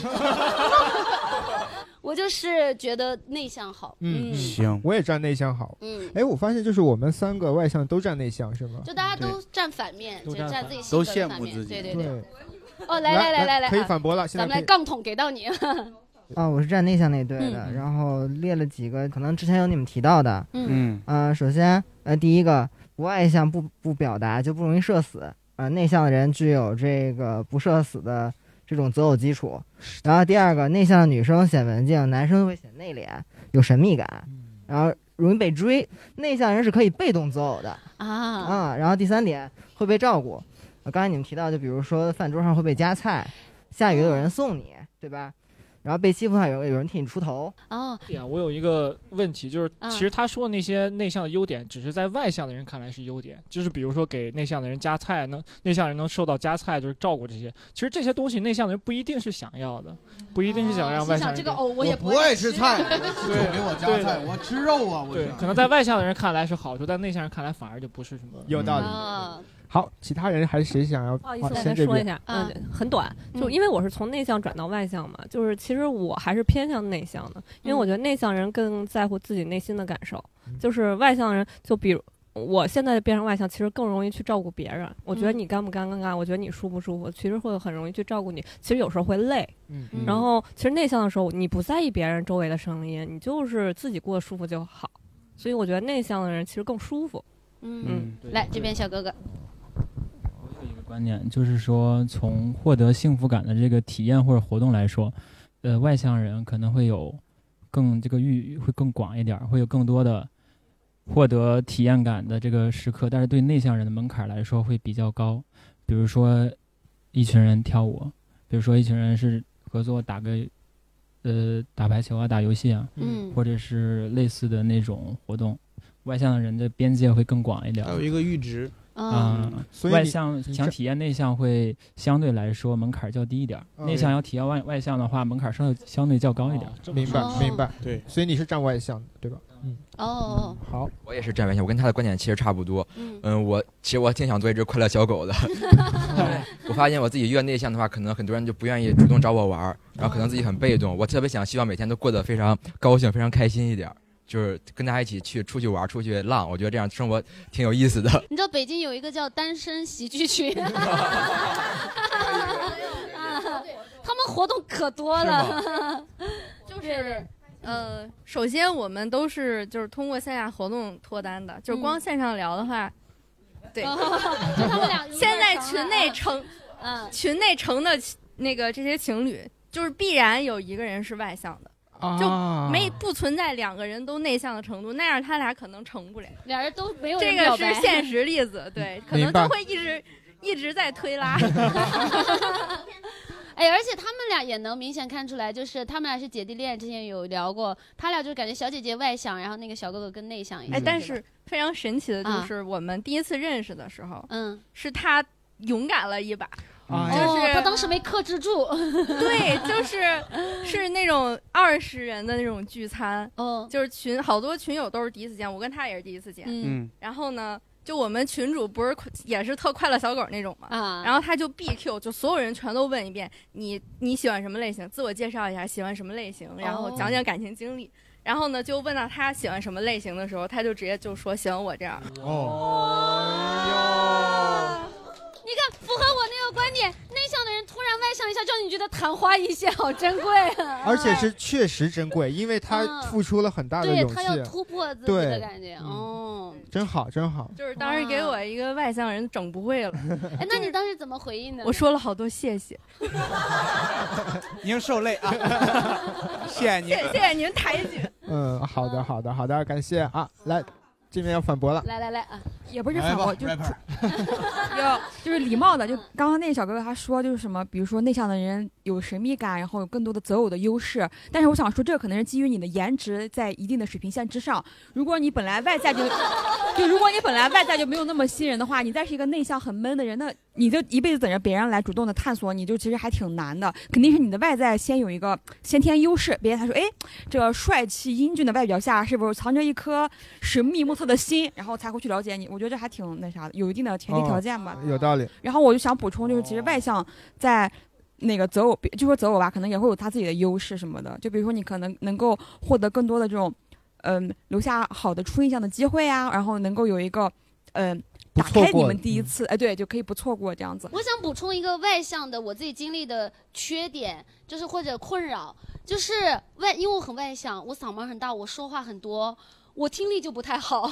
我就是觉得内向好。 嗯， 嗯行，我也站内向好。 嗯， 哎，我发现就是我们三个外向都站内向是吗？ 就大家都站反面，就站自己都性格的反面。 羡慕自己。 对对对。哦，来来来来来， 可以反驳了。 咱们来杠筒给到你。 啊，我是站内向那队的，嗯、然后列了几个可能之前有你们提到的。 嗯。 呃，首先，呃，第一个。不外向不不表达就不容易社死啊、呃，内向的人具有这个不社死的这种择偶基础。然后第二个，内向的女生显文静，男生会显内敛，有神秘感，然后容易被追。内向人是可以被动择偶的啊啊。然后第三点，会被照顾。呃、刚才你们提到，就比如说饭桌上会被夹菜，下雨了有人送你，对吧？然后被欺负的话有有人替你出头。 哦， 对啊，我有一个问题，就是嗯其实他说的那些内向的优点，只是在外向的人看来是优点，就是比如说给内向的人夹菜，能内向人能受到夹菜，就是照顾这些。其实这些东西内向的人不一定是想要的，不一定是想让外向人。 这个藕我也不爱吃菜，就给我夹菜，我吃肉啊！ 对，可能在外向的人看来是好处，在内向人看来反而就不是什么有道理。 嗯好，其他人还是谁想要？ 不好意思，我先再说一下， 嗯， 很短，就因为我是从内向转到外向嘛，就是其实我还是偏向内向的，因为我觉得内向人更在乎自己内心的感受，就是外向人，就比如我现在变成外向，其实更容易去照顾别人。我觉得你干不干干干，我觉得你舒不舒服，其实会很容易去照顾你。其实有时候会累， 嗯， 然后其实内向的时候，你不在意别人周围的声音，你就是自己过得舒服就好。所以我觉得内向的人其实更舒服。 嗯嗯， 来这边小哥哥。 观念就是说，从获得幸福感的这个体验或者活动来说，呃，外向人可能会有更这个欲会更广一点，会有更多的获得体验感的这个时刻，但是对内向人的门槛来说会比较高。比如说，一群人跳舞，比如说一群人是合作打个呃打排球啊、打游戏啊， 嗯， 或者是类似的那种活动，外向的人的边界会更广一点。 还有一个阈值。 啊、嗯， 所以外向想体验内向会相对来说门槛较低一点， 哦、 内向要体验外外向的话门槛相对相对较高一点。 哦、明白、哦、明白， 对， 所以你是站外向的，对吧？ 嗯，哦， 好， 我也是站外向，我跟他的观点其实差不多。 嗯， 嗯我其实我挺想做一只快乐小狗的。我发现我自己越内向的话，可能很多人就不愿意主动找我玩，然后可能自己很被动。我特别想希望每天都过得非常高兴、非常开心一点。就是跟大家一起去出去玩，出去浪，我觉得这样生活挺有意思的。 你知道北京有一个叫单身喜剧群，啊，他们活动可多了。 就是呃，首先我们都是就是通过线下活动脱单的，就是光线上聊的话，嗯、对， 就他们俩现在群内成， 嗯， 群内成的那个这些情侣，就是必然有一个人是外向的。就没不存在两个人都内向的程度，那样他俩可能成不了。 俩人都没有人表白，这个是现实例子，对，可能就会一直一直在推拉。 哎，而且他们俩也能明显看出来，就是他们俩是姐弟恋，之前有聊过，他俩就感觉小姐姐外向，然后那个小哥哥更内向一些。 哎，但是非常神奇的就是我们第一次认识的时候， 嗯， 是他勇敢了一把。 哦， 就是他当时没克制住， 对，就是是那种二十人的那种聚餐， 哦， 就是群好多群友都是第一次见，我跟他也是第一次见， 嗯， 然后呢，就我们群主不是也是特快乐小狗那种嘛， 啊， 然后他就 B Q， 就所有人全都问一遍，你你喜欢什么类型，自我介绍一下，喜欢什么类型，然后讲讲感情经历。哦，然后呢，就问到他喜欢什么类型的时候，他就直接就说喜欢我这样。 哦，你看，符合我那个观点，内向的人突然外向一下，让你觉得昙花一现，好珍贵啊！ 而且是确实珍贵，因为他付出了很大的勇气， 对他要突破自己的感觉，哦， 真好，真好。 就是当时给我一个外向人整不会了。 哎，那你当时怎么回应的？ 我说了好多谢谢。 您受累啊，谢谢您， 谢谢您抬举。 嗯，好的，好的，好的，感谢啊，来。 这边要反驳了。 来来来啊， 也不是反驳，就要就是礼貌的。就刚刚那个小哥哥他说就是什么，比如说内向的人有神秘感，然后有更多的择偶的优势。但是我想说，这个可能是基于你的颜值在一定的水平线之上。如果你本来外在就就如果你本来外在就没有那么吸引人的话，你再是一个内向很闷的人，那你就一辈子等着别人来主动的探索，你就其实还挺难的。肯定是你的外在先有一个先天优势，别人他说，哎，这个帅气英俊的外表下是不是藏着一颗神秘莫测的心，然后才会去了解你。我觉得这还挺那啥的，有一定的前提条件吧。 哦、有道理。 然后我就想补充，就是其实外向在那个择偶，就说择偶吧，可能也会有他自己的优势什么的。就比如说你可能能够获得更多的这种，嗯、呃，留下好的初印象的机会啊，然后能够有一个，嗯、呃。打开你们第一次，哎，对，就可以不错过这样子。 我想补充一个外向的我自己经历的缺点，就是或者困扰，就是外，因为我很外向，我嗓门很大，我说话很多，我听力就不太好。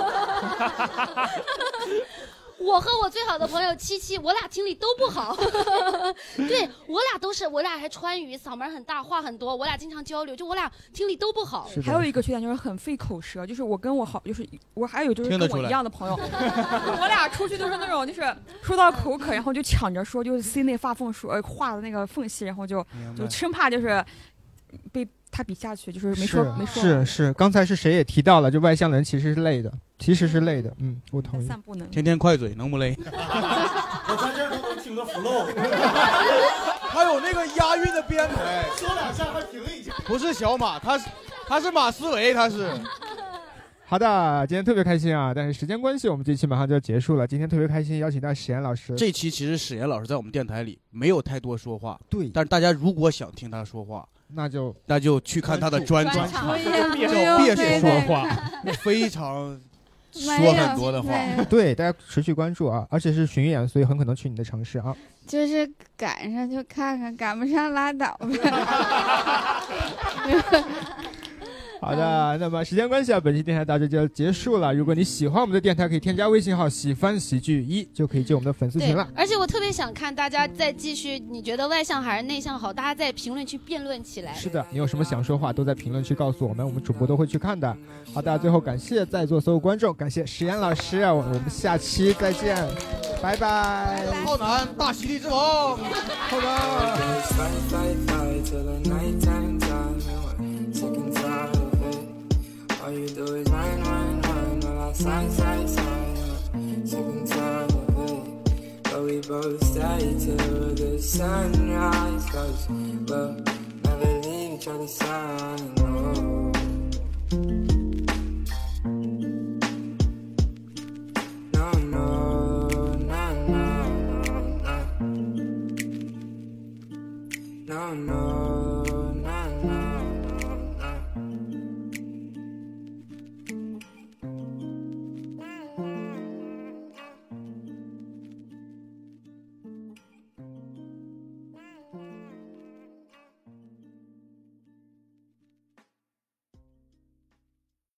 我和我最好的朋友七七，我俩听力都不好。对，我俩都是，我俩还川渝，嗓门很大，话很多，我俩经常交流，就我俩听力都不好。 还有一个缺点就是很费口舌，就是我跟我好，就是我还有就是跟我一样的朋友，我俩出去都是那种就是说到口渴，然后就抢着说，就是塞内发缝说呃话的那个缝隙，然后就就生怕就是被他比下去，就是没说没说。 是是，刚才是谁也提到了，就外向的人其实是累的，其实是累的。嗯，我同意。 散步能。 天天快嘴能不累？ 我在这儿都能听个 flow。 他有那个押韵的编排， 说两下还停一下。 不是小马，他是他是马思唯，他是。 好的，今天特别开心啊！但是时间关系，我们这期马上就要结束了。今天特别开心，邀请到史岩老师。 这期其实史岩老师在我们电台里没有太多说话， 对。 但是大家如果想听他说话， 那就那就去看他的专专场， 叫别说话，非常说很多的话。 对，大家持续关注啊！而且是巡演，所以很可能去你的城市啊。 就是赶上就看看，赶不上拉倒吧。 好的，那么时间关系啊，本期电台到这就结束了。如果你喜欢我们的电台，可以添加微信号喜欢喜剧一，就可以进我们的粉丝群了。 而且我特别想看大家再继续，你觉得外向还是内向好？大家在评论区辩论起来。 是的，你有什么想说话，都在评论区告诉我们，我们主播都会去看的。好的，最后感谢在座所有观众，感谢史岩老师，我们下期再见，拜拜。 浩南大喜力之王，浩南。All you do is whine, whine, whine, while I sigh, sigh, sigh. Sick and tired of it, but we both stay till the sunrise. Cause we'll never leave each other's side, no.